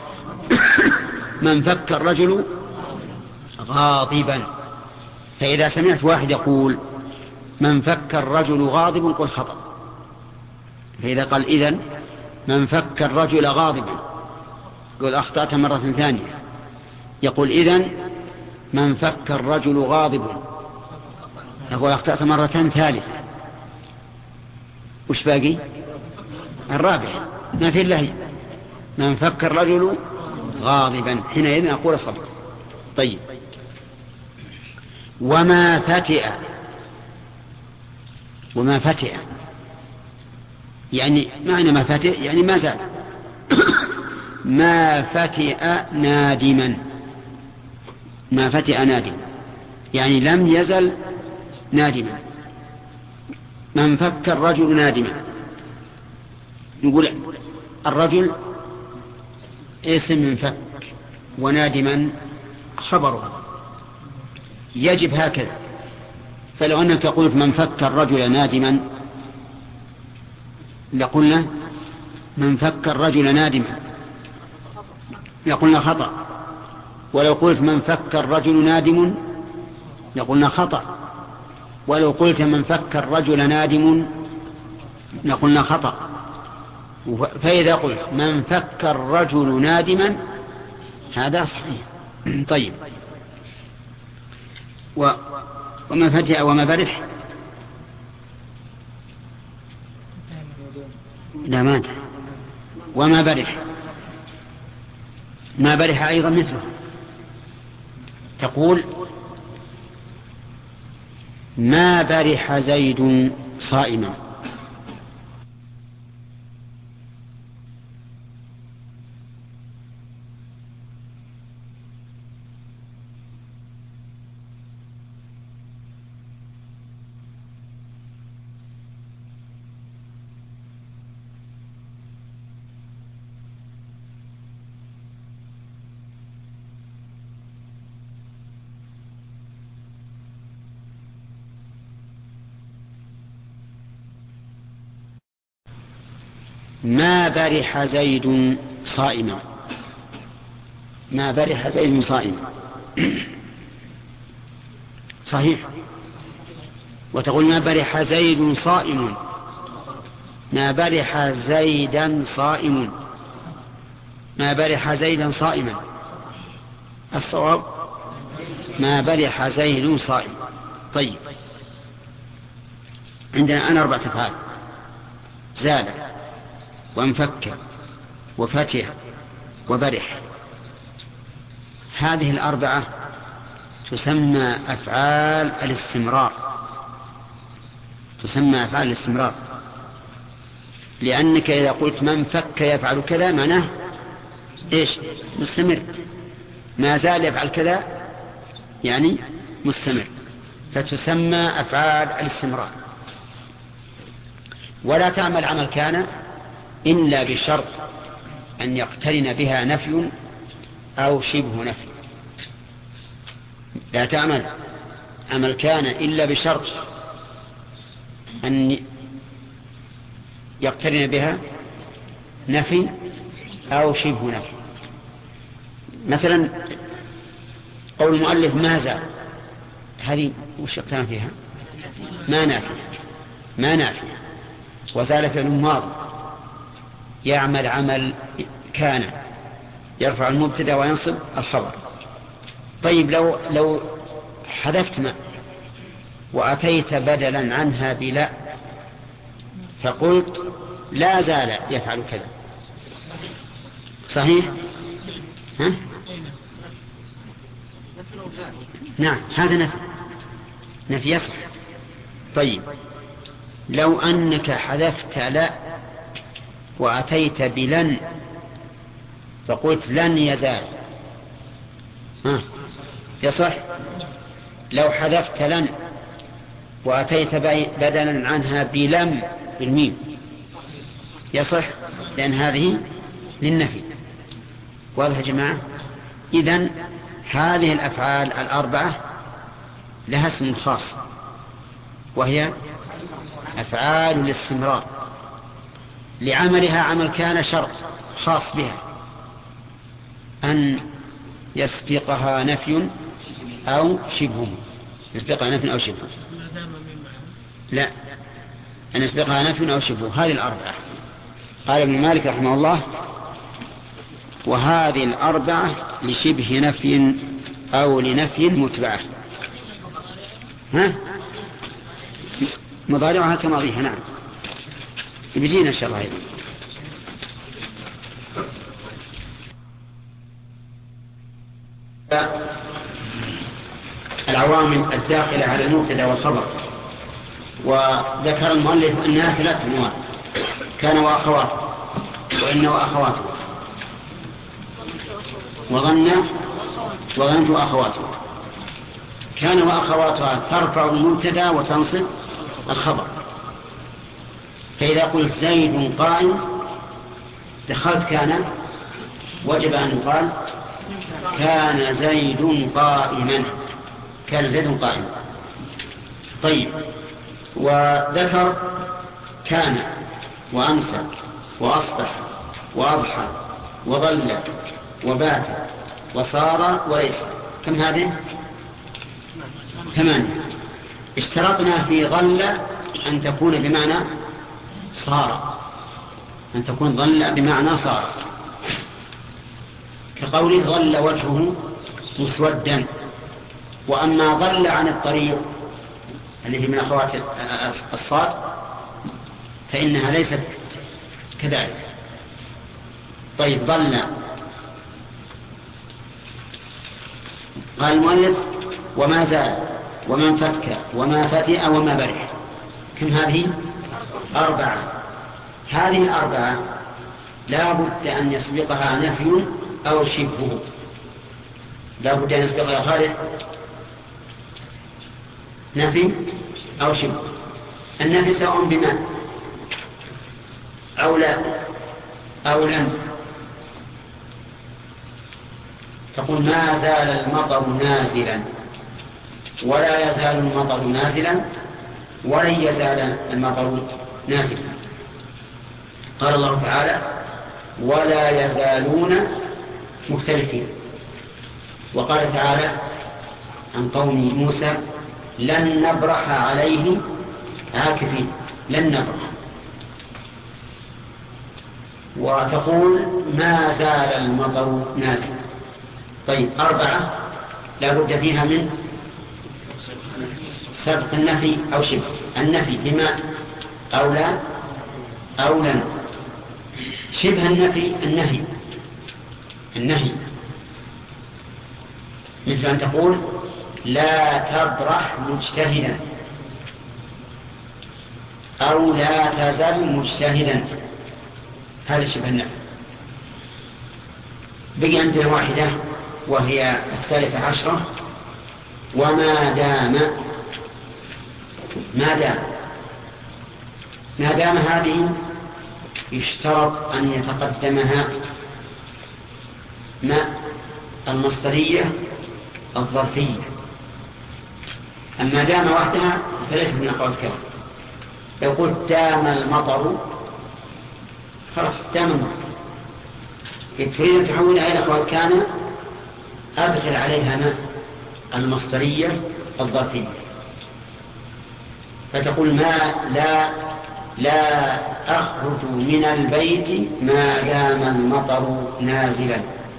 من فك الرجل غاضبا. فإذا سمعت واحد يقول من فك الرجل غاضب قل خطأ. فإذا قال إذن من فك الرجل غاضبا قل أخطأت مرة ثانية. يقول إذن من فك الرجل غاضب يقول أخطأت مرة ثالثة. وش باقي الرابع ما في الله من فك الرجل غاضبا حينئذ أقول صبت. طيب وما فتئ وما فتئ يعني معنى ما فتئ يعني ما زال. ما فتئ نادما. ما فتئ نادما يعني لم يزل نادما. من فك الرجل نادما نقول الرجل اسم منفك ونادما خبرها يجب هكذا. فلو أنك قلت من فك الرجل نادما لقلنا من فك الرجل نادما لقلنا خطأ. ولو قلت من فك الرجل نادم لقلنا خطأ. ولو قلت من فك الرجل نادم لقلنا خطأ. فإذا قلت من فك الرجل نادما هذا صحيح. طيب و وما فتح وما برح لا مات وما برح ما برح أيضا مثله. تقول ما برح زيد صائما. ما برح زيد صائما. ما برح زيد صائما صحيح. وتقول ما برح زيد صائم. ما برح زيدا صائم. ما برح زيدا صائما. الصواب ما برح زيد صائم. طيب عندنا أنا أربعة أفعال: زال وانفك وفتح وبرح. هذه الأربعة تسمى أفعال الاستمرار. تسمى أفعال الاستمرار لأنك إذا قلت من فك يفعل كذا معناه إيش؟ مستمر. ما زال يفعل كذا يعني مستمر. فتسمى أفعال الاستمرار. ولا تعمل عمل كان إلا بشرط أن يقترن بها نفي أو شبه نفي. لا تعمل عمل كان إلا بشرط أن يقترن بها نفي أو شبه نفي. مثلا قول المؤلف ما زال، هذه وش يقترن فيها؟ ما نافي ما نافي وزال فعل ماضي يعمل عمل كان يرفع المبتدا وينصب الخبر. طيب لو لو حذفت ما وأتيت بدلا عنها بلا فقلت لا زال يفعل كذا، صحيح؟ ها؟ نعم هذا نفي نفي يصح. طيب لو أنك حذفت لا وأتيت بلن فقلت لن يزال، ها يصح؟ لو حذفت لن وأتيت بدلا عنها بلم بالميم يصح، لأن هذه للنفي. واضح يا جماعة؟ إذن هذه الأفعال الأربعة لها اسم خاص وهي أفعال الاستمرار. لعملها عمل كان شرط خاص بها أن يسبقها نفي أو شبه. يسبقها نفي أو شبه. لا، أن يسبقها نفي أو شبه. هذه الأربعة. قال ابن مالك رحمه الله وهذه الأربعة لشبه نفي أو لنفي متبعة. ها مضارعها كماضيها. نعم بيجينا إن شاء الله. العوامل الداخلة على المبتدا والخبر. وذكر المؤلف أنها ثلاث أنواع: كان وأخواته، وإن وأخواته، وظن وظنت وأخواته. كان وأخواتها ترفع المبتدا وتنصب الخبر. فإذا قلت زيد قائم دخلت كان وجب أن يقال كان زيد قائما. كان زيد قائما. طيب، وذكر كان وأمسى وأصبح وأضحى وظل وبات وصار وليس. كم هذه؟ ثمانية. اشترطنا في ظل أن تكون بمعنى صار، أن تكون ظل بمعنى صار، كقوله ظل وجهه مسودا. وأما ظل عن الطريق التي من أخوات الصاد فإنها ليست كذلك. طيب، ظل. قال المؤلف وما زال وما انفك وما فتئ وما برح. كم هذه؟ أربعة. هذه الأربعة لا بد أن يسبقها نفي أو شبهه. لا بد أن يسبقها خالد نفي أو شبه. النفي سواء بما أو لا أو لن. تقول ما زال المطر نازلا، ولا يزال المطر نازلا، ولن يزال المطر نازلا. قال الله تعالى ولا يزالون مختلفين. وقال تعالى عن قوم موسى لن نبرح عليه عاكفين. لن نبرح. وتقول ما زال المطر نازلا. طيب، أربعة لا بد فيها من سبق النفي أو شبه. النفي بما أو لا أو لن. شبه النفي النهي النهي مثل أن تقول لا تبرح مجتهدا أو لا تزل مجتهدا. هذا شبه النفي. بقي عندنا واحدة وهي الثالثة عشرة وما دام. ما دام ما دام هذه يشترط أن يتقدمها ما المصدرية الظرفية. أما دام وحدها فليست من أخوات كان. لو قلت دام المطر خلاص دام المطر. تريد أن تحولها إلى أخوات كان أدخل عليها ما المصدرية الظرفية. فتقول ما لا لا أخرج من البيت ما دام المطر نازلا.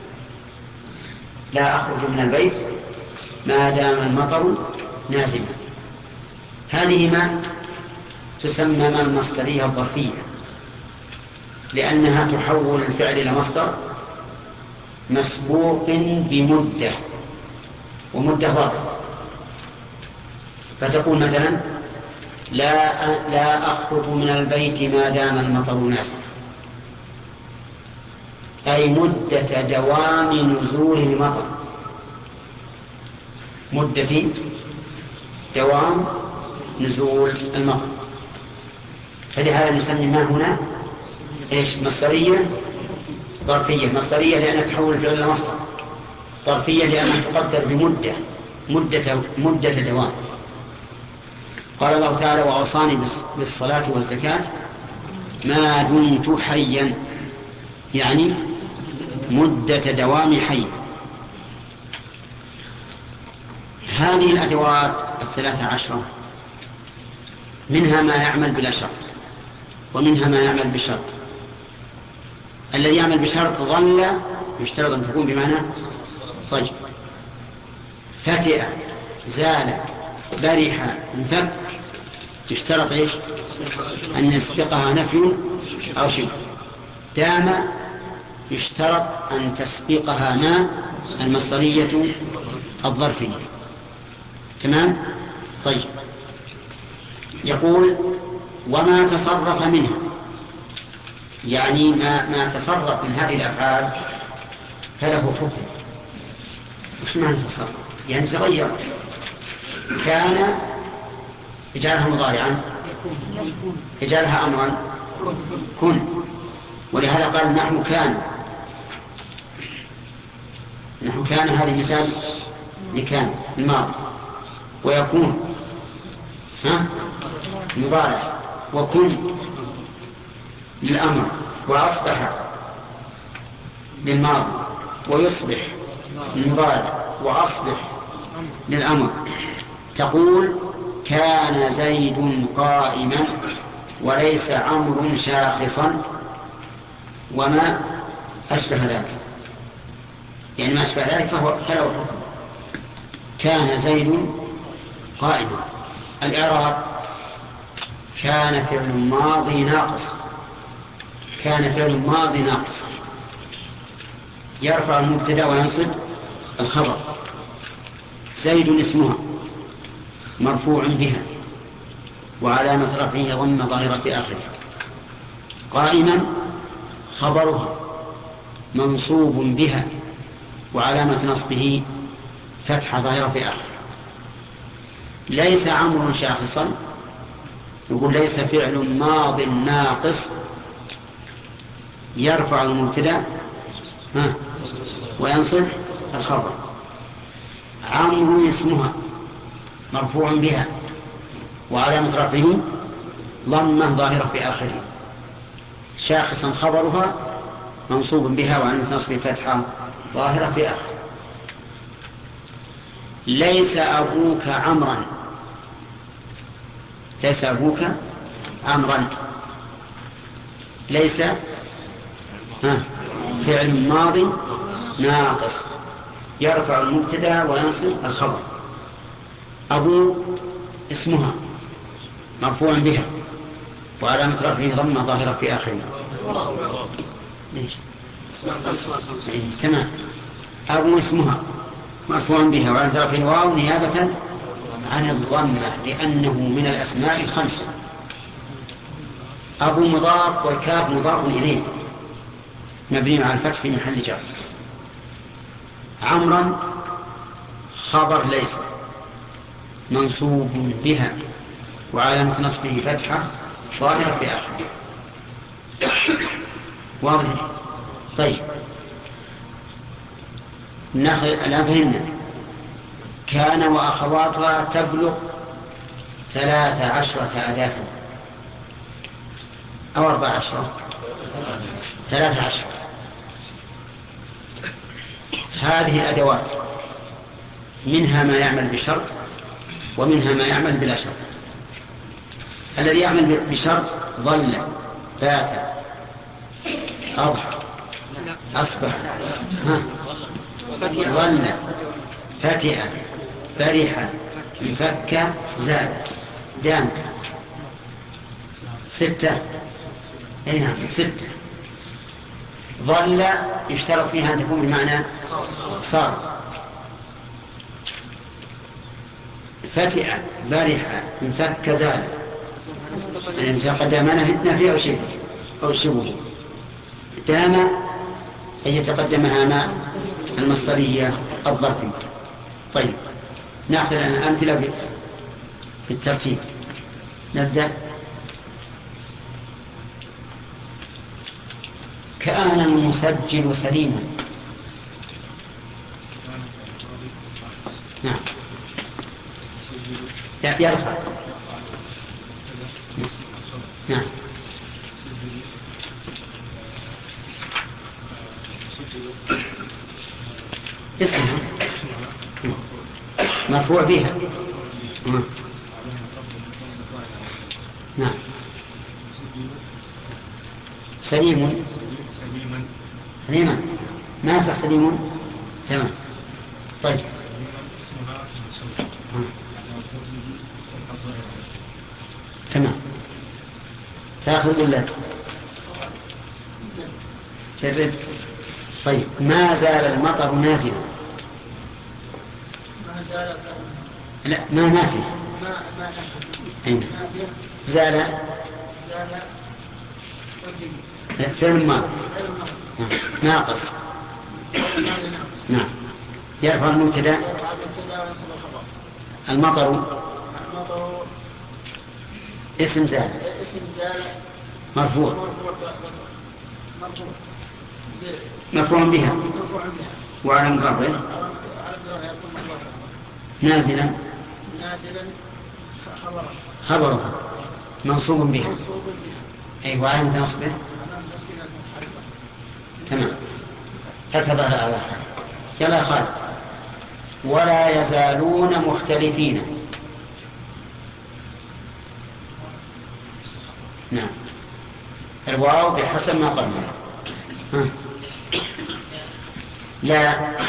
لا أخرج من البيت ما دام المطر نازلا. هذه ما تسمى ما المصدرية الظرفية، لأنها تحول الفعل إلى مصدر مسبوق بمدة، ومدة ظرف. فتقول مثلا لا لا أخرج من البيت ما دام المطر نازلا، أي مدة دوام نزول المطر. مدة دوام نزول المطر. فلهذا نسمي ما هنا إيش؟ مصدرية ظرفية. مصدرية لأنها تحول الفعل إلى مصدر. ظرفية لأنها تقدر بمدة مدة مدة دوام. قال الله تعالى وأوصاني بالصلاة والزكاة ما دمت حيا، يعني مدة دوام حي. هذه الأدوات الثلاثة عشرة منها ما يعمل بلا شرط ومنها ما يعمل بشرط. الذي يعمل بشرط ظل يشترط أن تكون بمعنى صج. فتئ زال برح انفك يشترط ايش؟ أن يسبقها نفي أو شبه. دام يشترط أن تسبقها ما المصدرية الظرفية. تمام؟ طيب، يقول وما تصرف منها، يعني ما, ما تصرف من هذه الأفعال فله حكم. وش معنى تصرف؟ يعني تغير. كان يجعلها مضارعا، يجعلها أمرا كن. ولهذا قال نحن كان نحن كان هذه مثال لكان الماضي، ويكون ها مضارع، وكن للأمر، وأصبح للماضي، ويصبح للمضارع، وأصبح للأمر. تقول كان زيد قائما وليس عمرو شاخصا وما أشبه ذلك، يعني ما أشبه ذلك فهو فله الحكم. كان زيد قائما. الإعراب كان فعل ماضي ناقص، كان فعل ماضي ناقص يرفع المبتدا وينصب الخبر. زيد اسمها مرفوع بها وعلامة رفعه ضم ظاهرة في آخره. قائما خبرها منصوب بها وعلامة نصبه فتح ظاهرة في آخره. ليس عمرو شاخصا، يقول ليس فعل ماض ناقص يرفع المبتدا وينصب الخبر. عمرو اسمها مرفوع بها وعلامة رفعه ضمة ظاهرة في آخره. شاخصا خبرها منصوب بها وعلامة نصبه فتحة ظاهرة في آخره. ليس أبوك عمرا، ليس أبوك عمرا. ليس ها فعل ماضي ناقص يرفع المبتدا وينصب الخبر. أبو اسمها مرفوع بها وعلامة رفعه ضمة ظاهرة في آخره. ليش؟ تمام. أبو اسمها مرفوع بها وعلامة رفعه واو نيابة عن الضمة لأنه من الأسماء الخمسة. أبو مضاف والكاف مضاف إليه مبني على الفتح في محل جر. عمرا خبر ليس منصوب بها وعلامة نصبه فتحة ظاهرة في آخره. واضح؟ طيب ناخذ الآن فهمنا. كان وأخواتها تبلغ ثلاث عشرة أداة أو أربع عشرة ثلاث عشرة. هذه أدوات منها ما يعمل بشرط ومنها ما يعمل بلا شرط. الذي يعمل بشرط ظل بات أضحى أصبح ظل فتئ فرح انفك زاد دام. ستة اي نعم ستة. ظل يشترط فيها أن تكون بمعنى صار. فتئ برح انفك زاد يعني تقدم نفي أو شبه أو شبه. دام أن يتقدمها ماء المصدرية الظرفية. طيب نأخذ الأمثلة في الترتيب. نبدأ. كان المسجل سليما. نعم يرفع. نعم اسمها مرفوع بها. نعم سليم سليما ناسخ سليم. تمام. طيب تمام. تأخذ ولا جرب. طيب ما زال المطر نازلا. لا ما نافي. أين زال فعل ماضي ناقص. نعم يرفع المبتدا. المطر اسم زال مرفوع مرفوع بها وعلى مضاربه نازلا نازلا خبره خبرها منصوب بها. أي وعلامة نصبه تمام. هكذا على يلا يا خالد. ولا يزالون مختلفين. نعم الواو بحسب ما قلنا. ها. لا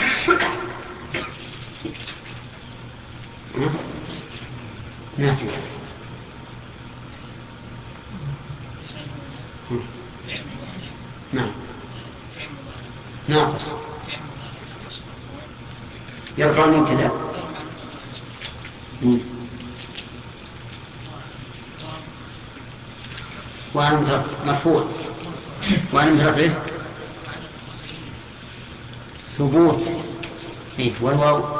ها؟ نافع. نعم ناقص يرفع المبتدا وعلامة مرفوع وعلامة رفعه ثبوت. إيه والواو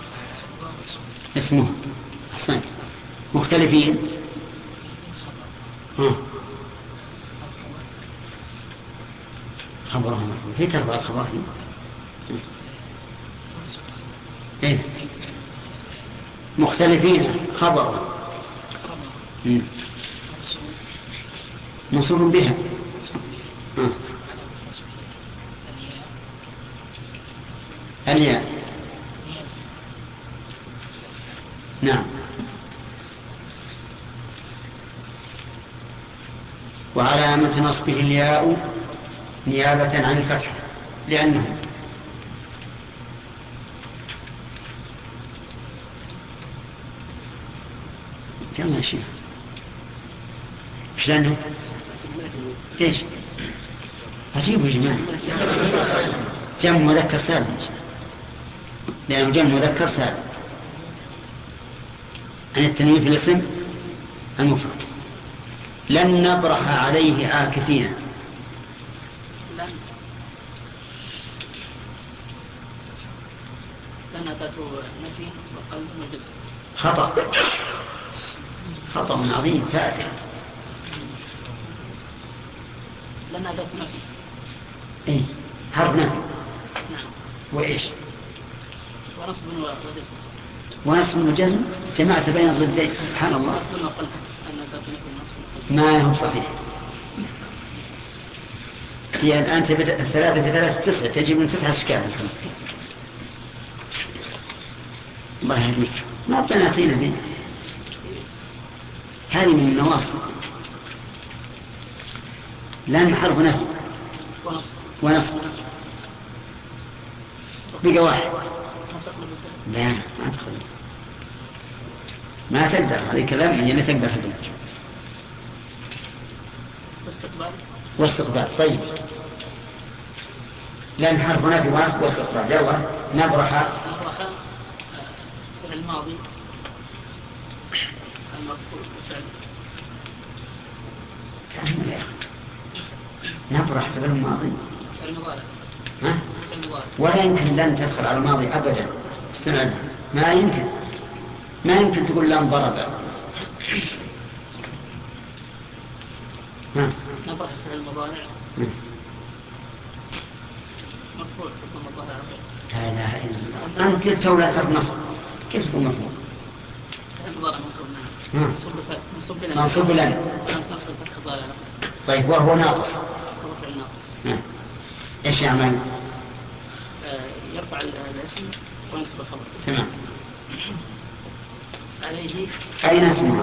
اسمه أحسنت. مختلفين ها خبرهم في تربع الخبرهم. إيه مختلفين خبرهم منصوب بها. آه. الياء نعم. وعلامة نصبه الياء نيابة عن الفتح لأنه كم يا شيخ ايش لأنه ايش عجيب يا جماعة جمع مذكر سالم لأنه جمع مذكر سالم عن التنوين في الاسم المفرد. لن نبرح عليه عاكفين. لن لن أتته نفي وقلب وجزم. خطأ خطأ عظيم سافر. لن أتته نفي ايه حرف نفي. نعم. وإيش ونصب وجزم. ونصب وجزم جمعت بين الضدين سبحان الله. ما هو صحيح. هي الآن الثلاثة في ثلاثة تسعة تجيب من تسعة أشكال. الله يهديك ما بنعطينا به هذه من النواصب. لأن حرف نفي ونصب بقى واحد. لا ما تدخل ما تقدر هذا كلام يعني تقدر تقدر واستقبال واستقبال. طيب لأن حرف نفي ونصب واستقبال. يلا نبرح نبرح في الماضي المرفوع بالفعل نبرح في الماضي في المضارع ها؟ في المضارع ولا يمكن لن تدخل على الماضي أبدا. استمع ما يمكن ما يمكن تقول لن ضرب. ها؟ نبرح في المضارع مرفوع في المضارع. لا إله إلا الله. أنت تولى حرف نصب كيف تكون مرفوع؟ المضارع منصوب. ها؟ منصوب منصوب لن منصوب لن. نصب الفتح ضارع. طيب وهو ناقص. رفع الناقص. ها. إيش يعمل؟ آه يرفع الاسم وينصب الخبر. تمام. عليه أين اسمها؟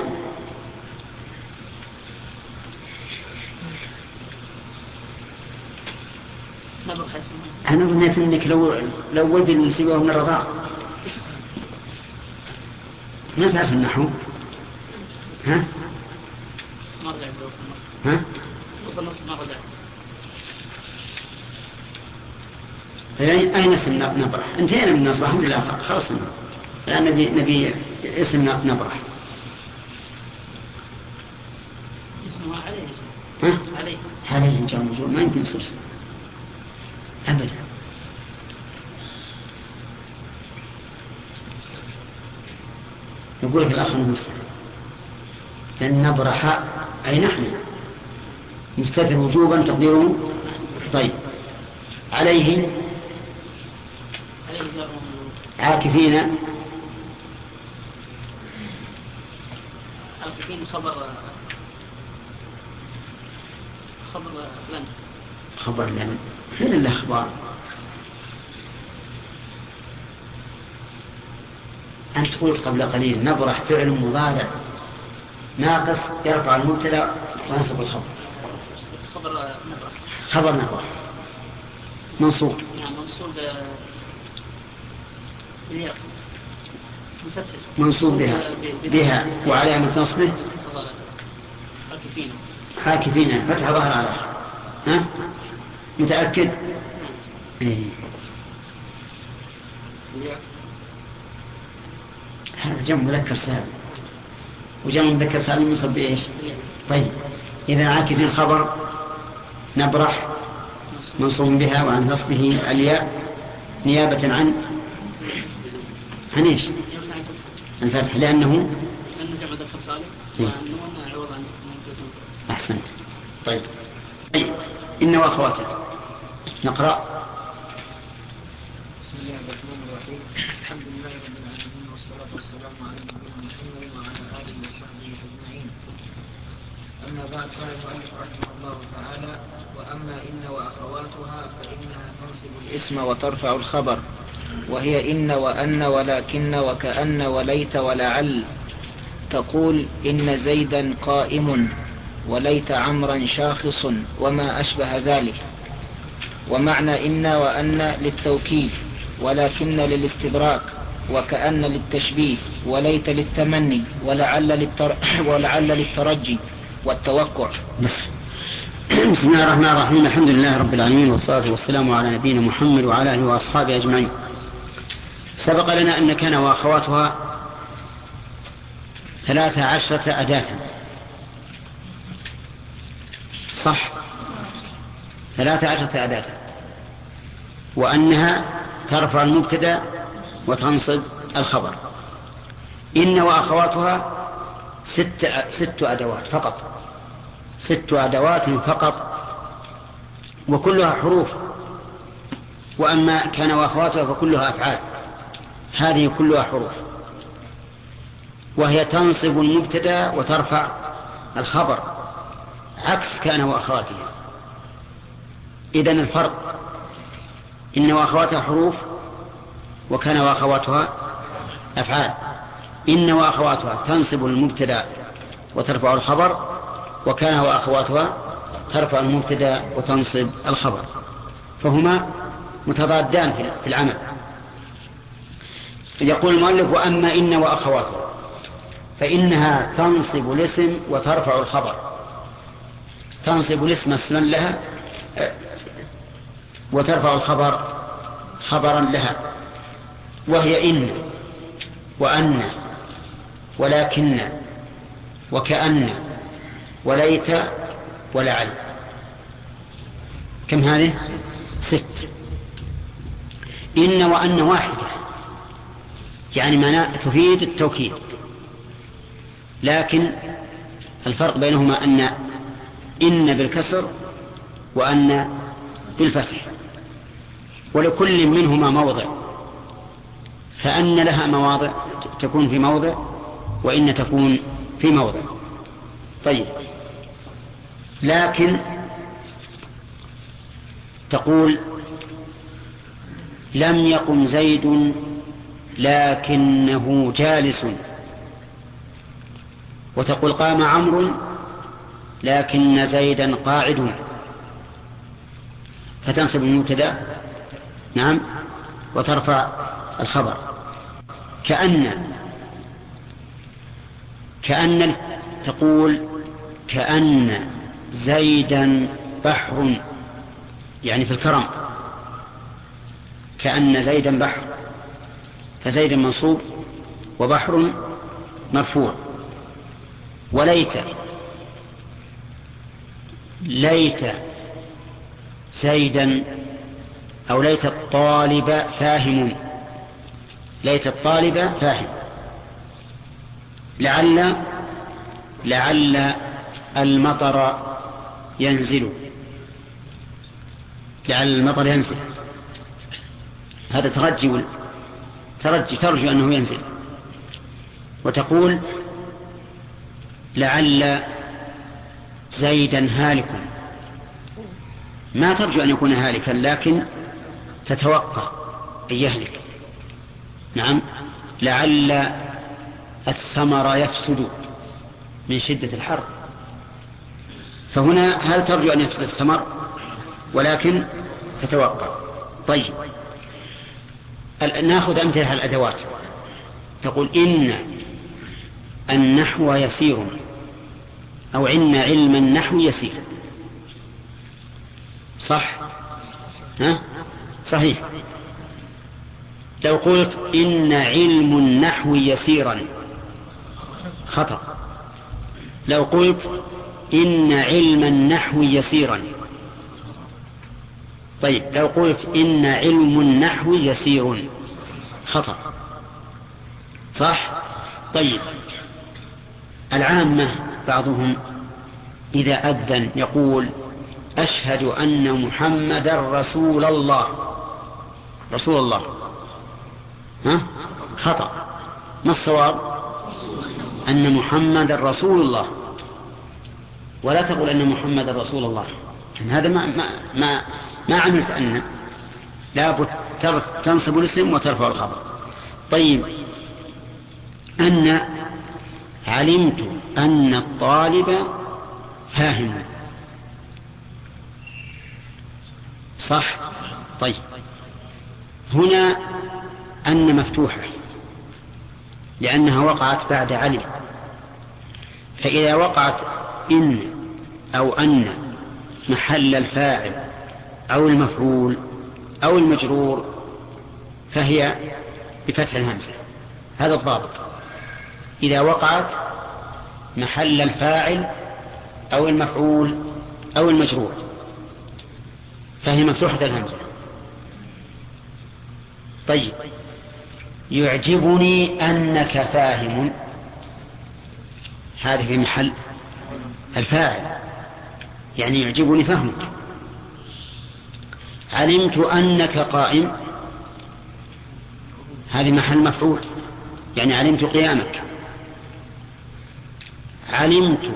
نبرح اسمها. أنا ظنيت أنك لو لو ولد اللي سواه من الرضاع ما تعرف النحو. ها؟ ما رجعت بوصل ها؟ وصل نص ما رجعت. أين اسم نبرح؟ انتهينا من النصب الحمد لله خلصنا. الآن نبي نبي اسم نبرح. اسمها عليه. ها؟ عليه. عليه إن شاء الله ما يمكن يصير أبدا. يقول لك الأخ المستتر لن نبرح أي نحن مستتر وجوبا تقديره. طيب عليه عاكفين عاكفين خبر خبر لن خبر لن فين الأخبار؟ أنت قلت قبل قليل نبرح فعل مضارع ناقص يرفع المبتدا وينصب الخبر. خبر نبرح خبر نبرح منصوب يعني منصوب بها منصوب بها بها وعلامة نصبه عاكفين عاكفين فتح ظهر على ها متأكد؟ إيه. هذا جمع مذكر سالم وجمع مذكر سالم ينصب بإيش؟ طيب إذا عاكفين خبر نبرح منصوب بها وعن نصبه الياء نيابة عن عن ايش؟ الفتح لأنه لأنه جمع ذكر سالم وأنه عوض عن منتزم. أحسنت. طيب إن وأخواته نقرأ. بسم الله الرحمن الرحيم. الحمد لله رب العالمين والصلاة والسلام على نبينا محمد وعلى آله وصحبه أجمعين. أما بعد قال المؤلف رحمه الله تعالى: وأما إن وأخواتها فإنها تنصب الاسم وترفع الخبر، وهي إن وأن ولكن وكأن وليت ولعل. تقول إن زيدا قائم وليت عمرا شاخص وما أشبه ذلك. ومعنى إن وأن للتوكيد، ولكن للاستدراك، وكأن للتشبيه، وليت للتمني، ولعل, للتر... ولعل للترجي والتوقع. بسم الله الرحمن الرحيم. الحمد لله رب العالمين والصلاة والسلام على نبينا محمد وعلى آله وأصحابه أجمعين. سبق لنا أن كان وأخواتها ثلاثة عشرة أداة، صح؟ ثلاثة عشرة أداة، وأنها ترفع المبتدا وتنصب الخبر. إن وأخواتها ست, ست أدوات فقط، ست أدوات فقط وكلها حروف. وأما كان وأخواتها فكلها أفعال، هذه كلها حروف، وهي تنصب المبتدا وترفع الخبر عكس كان وأخواتها. إذن الفرق إن وأخواتها حروف وكان وأخواتها أفعال. إن وأخواتها تنصب المبتدا وترفع الخبر، وكان وأخواتها ترفع المبتدا وتنصب الخبر، فهما متضادان في العمل. يقول المؤلف: وأما إن وأخواتها فإنها تنصب الاسم وترفع الخبر. تنصب الاسم اسما لها وترفع الخبر خبرا لها، وهي إن وأن ولكن وكأن وليت ولعل. كم هذه؟ ست. إن وأن واحدة، يعني معناه تفيد التوكيد، لكن الفرق بينهما أن إن بالكسر وأن بالفتح، ولكل منهما موضع، فأن لها مواضع تكون في موضع وإن تكون في موضع. طيب، لكن تقول لم يقم زيد لكنه جالس، وتقول قام عمرو لكن زيدا قاعد، فتنصب المبتدا نعم وترفع الخبر. كأن كأن تقول كأن زيدا بحر، يعني في الكرم، كأن زيدا بحر، فزيد منصوب وبحر مرفوع. وليت ليت زيدا أو ليت الطالب فاهم، ليت الطالب فاهم. لعل لعل المطر ينزل، لعل المطر ينزل، هذا ترجي ترجي ترجو أنه ينزل، وتقول لعل زيدا هالك، ما ترجو أن يكون هالكا لكن تتوقع أن يهلك. نعم، لعل الثمر يفسد من شدة الحر، فهنا هل ترجو أن يفسد الثمر ولكن تتوقع. طيب، نأخذ أمثلة على الأدوات. تقول إن النحو يسير، أو إن علم النحو يسير، صح؟ ها؟ صحيح. لو قلت إن علم النحو يسيرا خطأ. لو قلت إن علم النحو يسيرا. طيب، لو قلت إن علم النحو يسير خطأ، صح؟ طيب، العامة بعضهم إذا أذن يقول أشهد أن محمد رسول الله، رسول الله، ها؟ خطأ. ما الصواب؟ أن محمد رسول الله، ولا تقول أن محمد رسول الله، هذا ما ما ما, ما عملت أن لابد تنصب الاسم وترفع الخبر. طيب، أن علمت أن الطالب فاهم، صح؟ طيب، هنا أن مفتوحة لأنها وقعت بعد علم، فإذا وقعت إن أو أن محل الفاعل أو المفعول أو المجرور فهي بفتح الهمزة. هذا الضابط، إذا وقعت محل الفاعل أو المفعول أو المجرور فهي مفتوحة الهمزة. طيب، يعجبني أنك فاهم، هذه في محل الفاعل، يعني يعجبني فهمك. علمت أنك قائم، هذه محل مفعول، يعني علمت قيامك. علمت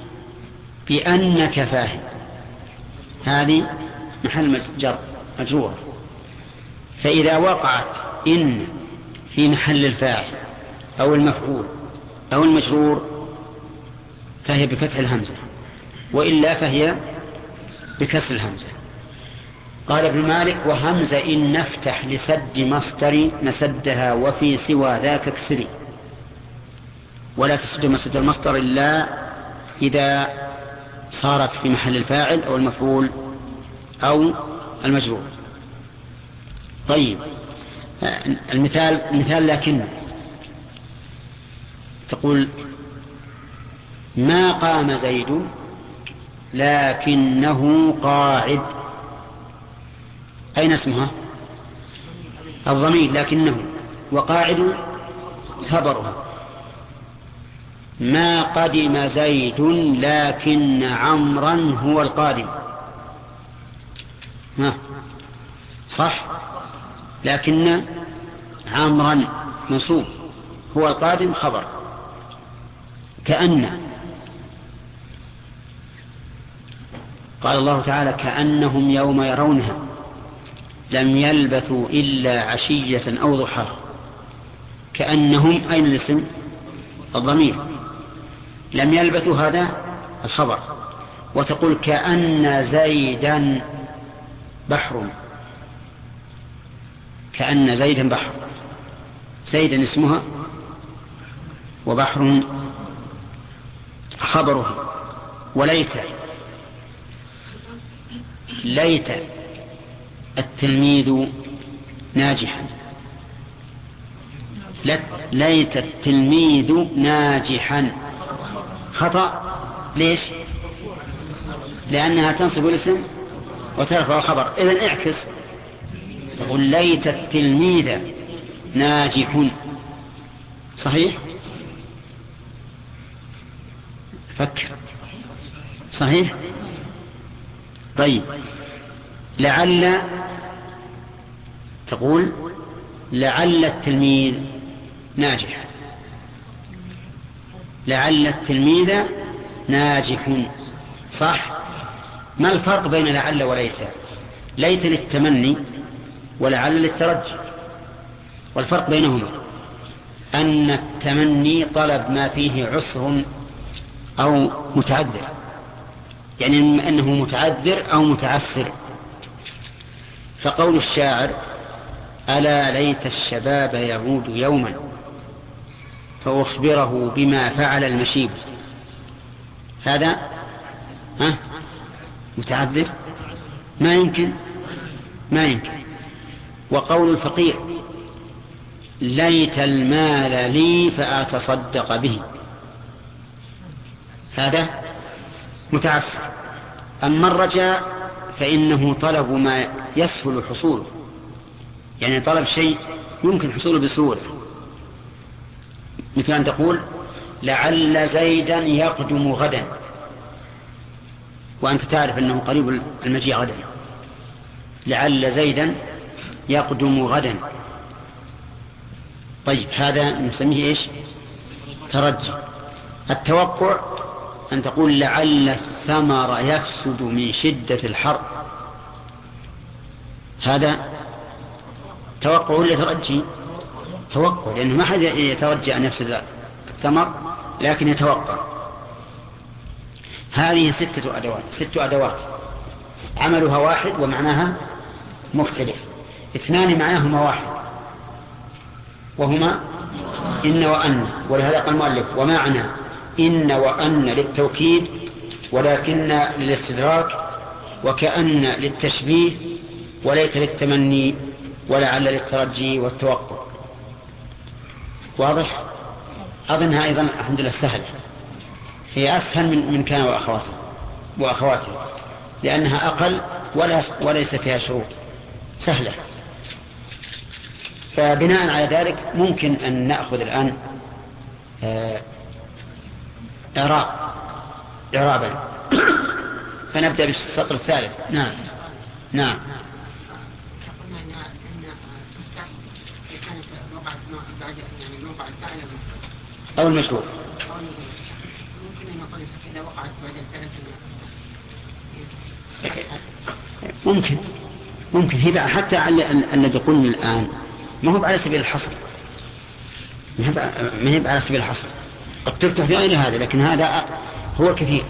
بأنك فاهم، هذه محل جر مجرور. فإذا وقعت إن في محل الفاعل أو المفعول أو المجرور فهي بفتح الهمزة، وإلا فهي بكسر الهمزة. قال ابن مالك وهمزة إن نفتح لسد مصدر نسدها وفي سوى ذاك اكسري، ولا تسد مسد المصدر إلا إذا صارت في محل الفاعل أو المفعول أو المجرور. طيب، المثال المثال لكن تقول ما قام زيد لكنه قاعد، أين اسمها؟ الضمير لكنه، وقاعد خبرها. ما قدم زيد لكن عمرا هو القادم، ها صح؟ لكن عمرا منصوب، هو القادم خبر. كأن، قال الله تعالى كأنهم يوم يرونها لم يلبثوا إلا عشية أو ضحاها. كأنهم، أين الاسم؟ الضمير. لم يلبثوا هذا الخبر. وتقول كأن زيدا بحر، كأن زيدا بحر، زيدا اسمها وبحر خبره. وليت، ليت التلميذ ناجحا، ليت التلميذ ناجحا خطأ. ليش؟ لأنها تنصب الاسم وترفع الخبر. إذن اعكس، تقول ليت التلميذ ناجح، صحيح؟ فكر، صحيح؟ طيب، لعل تقول لعل التلميذ ناجح، لعل التلميذ ناجح، صح؟ ما الفرق بين لعل وليس؟ ليت للتمني ولعل للترجي، والفرق بينهما أن التمني طلب ما فيه عسر أو متعذر، يعني أنه متعذر أو متعسر. فقول الشاعر ألا ليت الشباب يعود يوما فأخبره بما فعل المشيب، هذا ها متعذر، ما يمكن ما يمكن. وقول الفقير ليت المال لي فأتصدق به، هذا متعسر. أما الرجاء فإنه طلب ما يسهل حصوله، يعني طلب شيء يمكن حصوله بسهولة، مثل أن تقول لعل زيدا يقدم غدا، وأنت تعرف أنه قريب المجيء غدا، لعل زيدا يقدم غدا. طيب هذا نسميه إيش؟ ترجي. التوقع أن تقول لعل الثمر يفسد من شدة الحر، هذا توقع ولا ترجي؟ توقع، لأنه ما حد يترجى أن يفسد الثمر، لكن يتوقع. هذه ستة أدوات، ست أدوات عملها واحد ومعناها مختلف. اثنان معناهما واحد وهما إن وأن، ولهذا قال المؤلف ومعنى إن وأن للتوكيد، ولكن للاستدراك، وكأن للتشبيه، وليت للتمني، ولعل للترجي والتوقع. واضح؟ أظنها أيضا الحمد لله سهلة، هي أسهل من من كان وأخواته وأخواته لأنها أقل ولا وليس فيها شروط، سهلة. فبناء على ذلك ممكن أن نأخذ الآن إعراب إعرابا. فنبدأ بالسطر الثالث. نعم نعم. أو المشروع ممكن أن نقول إذا وقعت بعد الفعل ممكن ممكن هي حتى الذي قلنا الآن ما هو على سبيل الحصر، ما هي على سبيل الحصر، قد تفتح في غير هذا، لكن هذا هو كثير.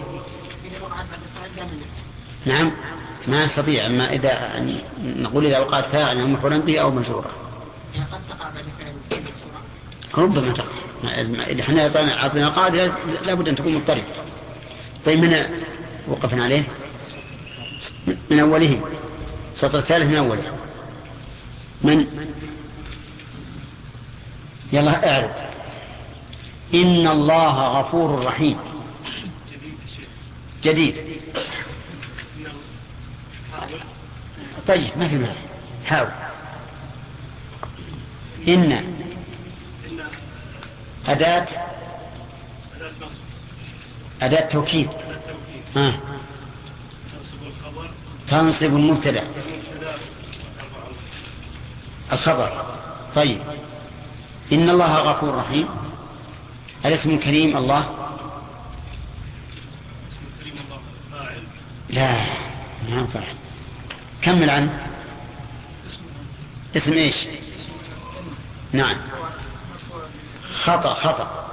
نعم ما نستطيع، أما إذا يعني نقول إذا وقعت فاعلا مفعولا به أو مشروعا قد تقع بعد فعل ربما تقع. إذا احنا أعطينا قاعدة لابد أن تكون مضطربة. طيب من وقفنا عليه من أوله، سطر الثالث من أوله. من يلا اعرف إن الله غفور رحيم. جديد. طيب ما في معنى، حاول. إن أداة أداة توكيد. ها تنصب المبتدأ الخبر. طيب إن الله غفور رحيم، الاسم الكريم الله لا ما ينفع. كمل عنه. اسم ايش؟ نعم خطأ خطأ.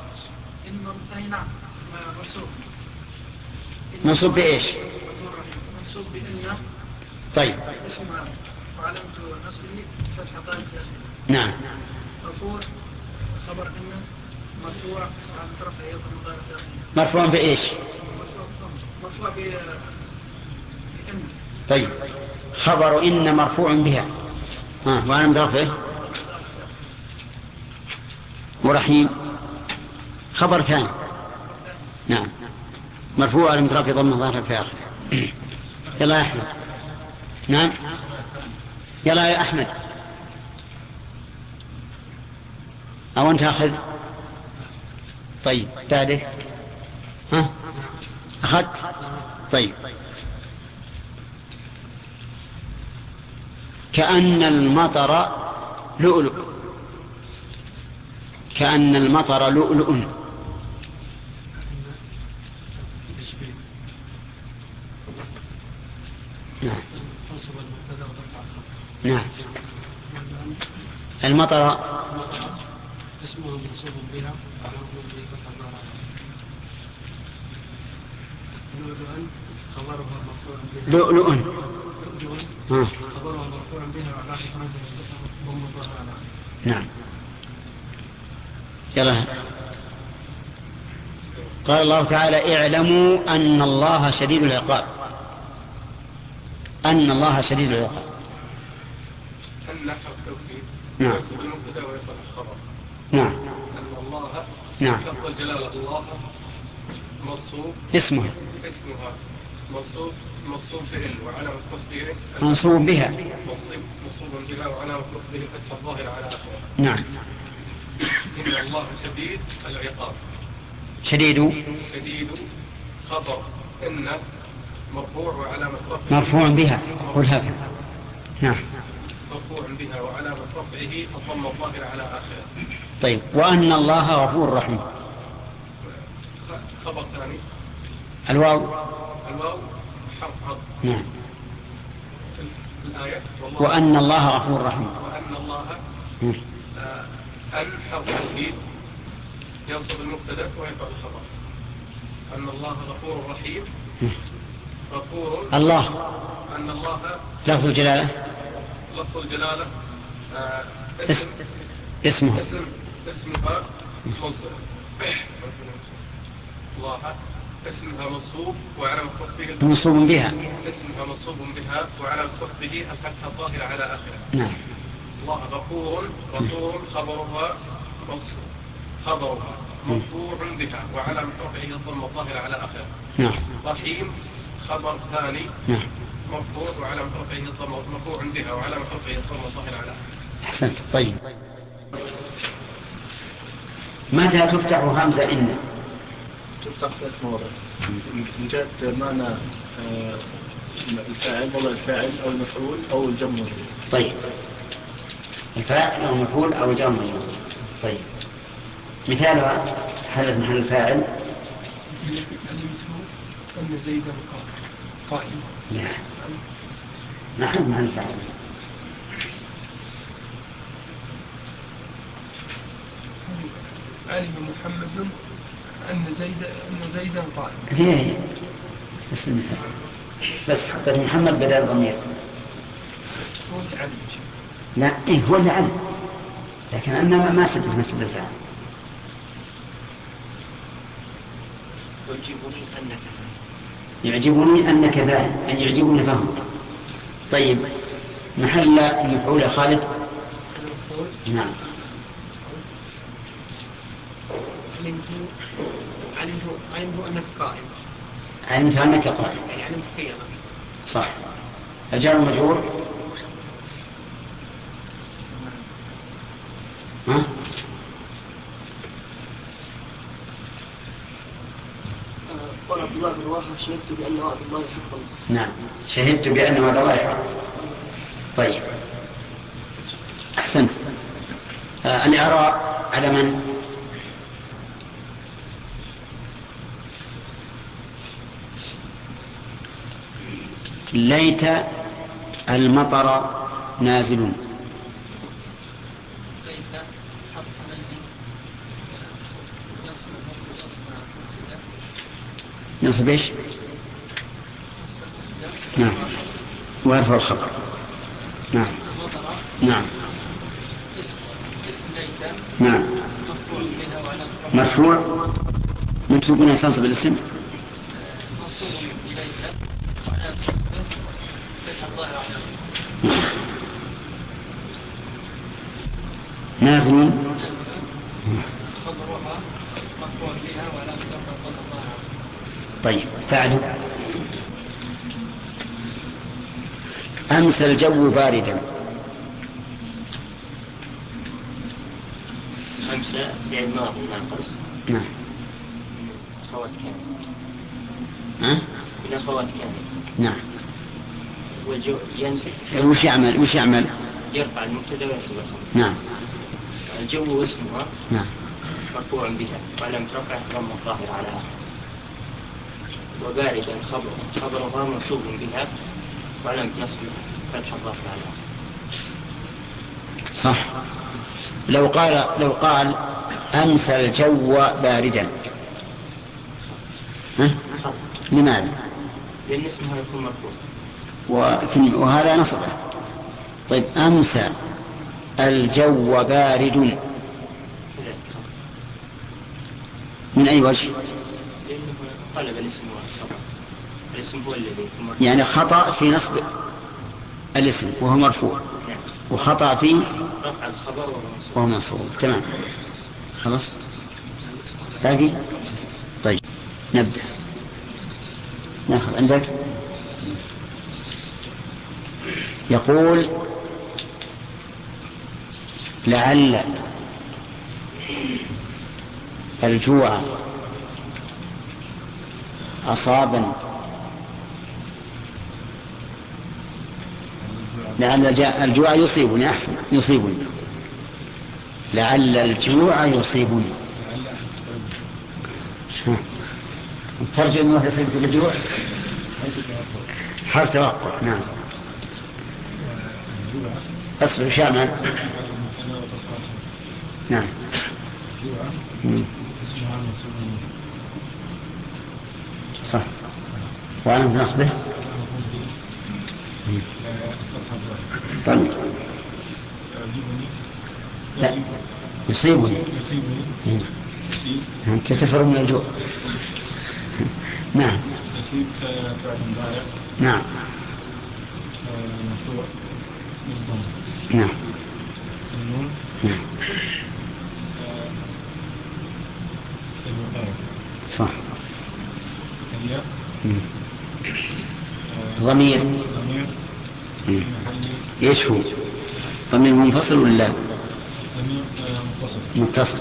منصوب بإيش؟ منصوب بإن. طيب اسم وعلامة نصبه فتح ضاد. نعم. مرفوع خبر إن مرفوع على طرف أيضا مضارع داخلي. مرفوع بإيش؟ مرفوع بإن. طيب خبر إن مرفوع بها ها وعلامة رفعه ورحيم خبر ثاني. نعم مرفوع على مترفع ضمن ظاهر في آخر. يلا يا أحمد. نعم يلا يا أحمد. أو أنت أخذ. طيب بعده ها أخذت. طيب كأن المطر لؤلؤ، كأن المطر لؤلؤ. نعم نعم. المطر اسمه منصوب بها لؤلؤ. نعم. يلا. قال الله تعالى اعلموا أن الله شديد العقاب. أن الله شديد العقاب. نعم نعم. أن الله نعم. لفظ الجلالة الله منصوب اسمه اسمها منصوب منصوب بإل وعلامة نصبه منصوب بها منصوب منصوب بها وعلامة نصبه الفتح الظاهر على آخره. نعم. إن الله شديد العقاب. شديد شديد خبر إن مرفوع وعلامة رفعه مرفوع بها. قل هذا. نعم. مرفوع بها وعلامة رفعه الضم الظاهر على آخره. طيب. وأن الله غفور رحيم. خبر ثاني الواو. الواو حرف عطف. نعم. الآية وأن الله غفور رحيم. وأن الله م. آه أن حرف توكيد ينصب المبتدا ويرفع الخبر. أن الله غفور رحيم. م. غفور الله. أن الله لفظ الجلالة. لفظ الجلالة آه اسم اسمه اسم اسمها منصوب. الله اسمها منصوب وعلامة نصبه منصوب بها. اسمها منصوب بها وعلامة نصبه الفتح الظاهر على آخره. نعم. الله غفور غفور خبرها منصوب خبرها مرفوع بها وعلامة رفعه الضم الظاهر على آخره. نعم. رحيم خبر ثاني نعم. مرفوع وعلامة رفعه الضم مرفوع بها وعلامة رفعه الضم الظاهر على آخره. أحسنت. طيب. متى تفتح همزة إن؟ تفتح ثلاث مواضع. من جهة معنى آه الفاعل وضع الفاعل أو المفعول أو الجمع. طيب. الفاعل أو المفعول أو الجمع. طيب. مثالها حدث محل الفاعل أن زيدا قائم. لا. نحن محل الفاعل. علم محمد أن زيد أن زيدا قائم. هي هي بس المثال بس حطيت محمد بدل الضمير. هو اللي علم. لا إيه هو اللي علم لكن أنا ما سدت مسد الفاعل. يعجبني أنك يعجبني أنك ذا أن يعجبني فهمك. طيب. محل المفعول خالد. نعم. علمت علمت علمت أنك قائم. علمت أنك قائم. يعني علمت قيامك. صح. الجار المجرور. ها؟ قال عبد الله بن رواحة شهدت بأن وعد الله حق. نعم. شهدت بأن وعد الله حق. طيب. أحسنت. آه الإعراب على من؟ ليت المطر نازل. ينصب ايش؟ نعم. ويرفع الخبر. نعم. نعم. نعم. مرفوع منصوب من تنصب الاسم. نازل. طيب. فعله. أمس الجو باردا. أمس فعل ماضي ناقص. نعم. أخوات كان. ها؟ من أخوات كان. نعم. والجو ينزل. وش يعمل وش يعمل يرفع المبتدا وينصب الخبر. نعم. الجو واسمها نعم. مرفوع بها وعلامة رفعه ضم الظاهر على آخر. وباردا خبر خبرها منصوب بها وعلامة نصبه فتح الظاهر على آخر. صح. لو قال لو قال أمسى الجو باردا، ها؟ لماذا؟ لأن اسمها يكون مرفوع وهذا نصبه. طيب أمسى الجو بارد من أي وجه؟ لأنه قلب الاسم والخبر. الاسم هو الذي يكون مرفوع. يعني خطأ في نصب الاسم وهو مرفوع، نعم. وخطأ في رفع الخبر وهو منصوب. تمام. خلاص باقي. طيب نبدأ ناخذ عندك. يقول لعل الجوع أصابا لعل الجوع يصيبني. أحسن، يصيبني. لعل الجوع يصيبني. ترجع أنه يصيبك بالجوع حرف توقع. نعم. أصبر شامل. نعم. صح. وأنا بنصبه. طيب. لا يصيبني. أنت تفر من الجوع. نعم. يصيب فعل مضارع. نعم. مرفوع بالضم. نعم. النون. نعم. المقارب. صح. الياء. ضمير. ضمير. ايش هو؟ ضمير منفصل ولا لا؟ ضمير متصل. متصل.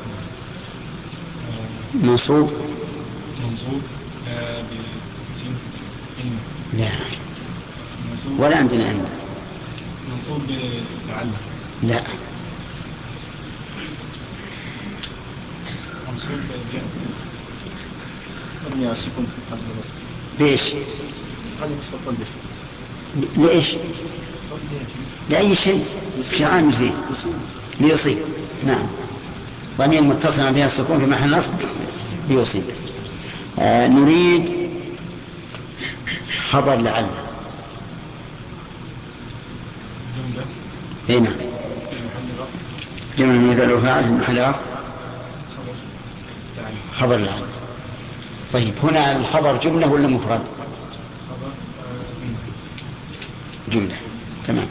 منصوب. منصوب بسين إن. لا. ولا عندنا عند. منصوب بفعل. لا. منصوب بجاء. أبني أسكن في حد النصب. ليش؟ هذا اسم قلبي. ليش؟ لأي شيء في عامل فيه ليصيب. نعم. ضمير متصل بها السكون في محل نصب ليصيب. آه نريد خبر لعل. جملة. اي نعم. جملة من ذا الفاعل في محل رفع خبر لعل. طيب هنا الخبر جملة ولا مفرد؟ خبر جملة. تمام.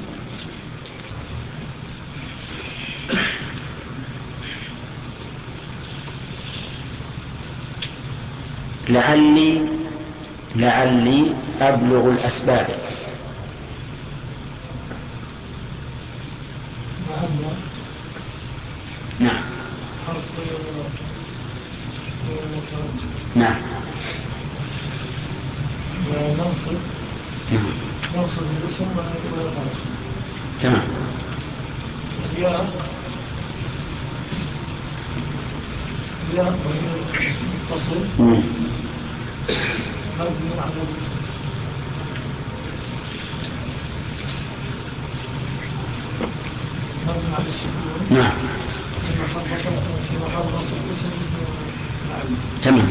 لعلي لعلي أبلغ الأسباب. نعم. نعم. ننصب. نعم. ننصب الاسم ويرفع. تمام. الياء الياء متصل مبني على مبني على السكون. نعم. في محل في محل نصب اسم لعل. تمام.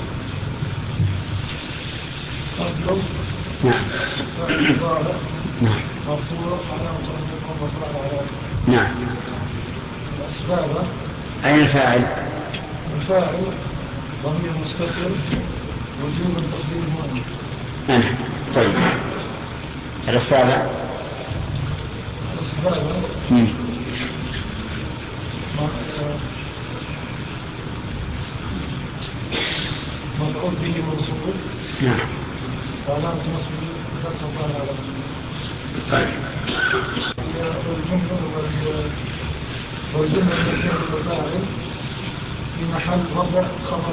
أبلغ. نعم. نعم. مرفوع على مرفوع على نعم. الأسباب. أين الفاعل؟ الفاعل ضمير مستتر وجوب التقدير مؤنث. أنا. طيب. السابع. الأسباب مفعول به منصوب. نعم. وعلامة نصبه فتح الظاهر على طيب. والجملة والجملة التي والفاعل في محل وضع خبر.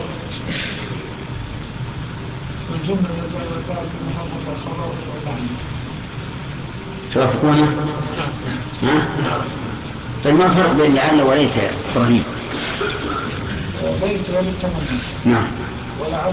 والجملة التي والفاعل في محل وضع خبر. توافقونه؟ ها؟ طيب ما الفرق بين لعل وليت يا إبراهيم؟ ليت وللتمني نعم. ولعل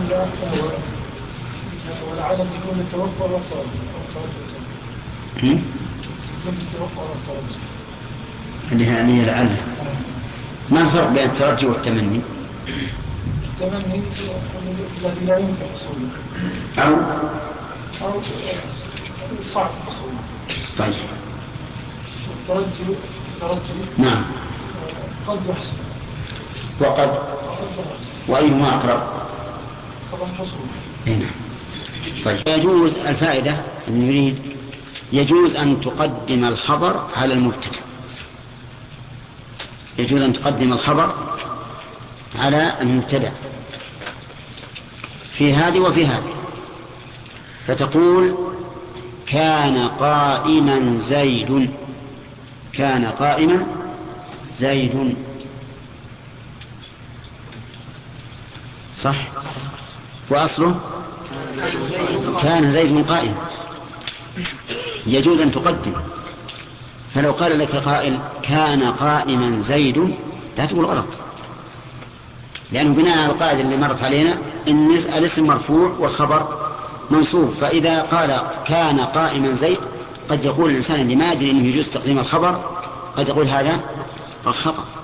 ولعل يكون التوفر والتردد هم؟ يكون التوفر والتردد اللي هي اللي هي لعل. ما الفرق بين الترجي والتمني؟ التمني الذي لا يمكن حصوله أو أو صعب حصوله. طيب. الترجي الترجي نعم. قد يحصل وقد وأيهما أقرب؟ طبعا حصوله. هنا. طيب. يجوز الفائدة أن يريد يجوز أن تقدم الخبر على المبتدأ. يجوز أن تقدم الخبر على المبتدأ في هذه وفي هذه، فتقول كان قائما زيد، كان قائما زيد، صح؟ وأصله كان زيد قائما، يجوز أن تقدم. فلو قال لك قائل كان قائما زيد لا تقول غلط، لأنه بناء على القاعدة اللي مرت علينا إن الاسم مرفوع والخبر منصوب، فإذا قال كان قائما زيد قد يقول الإنسان اللي ما يدري أنه يجوز تقديم الخبر قد يقول هذا خطأ.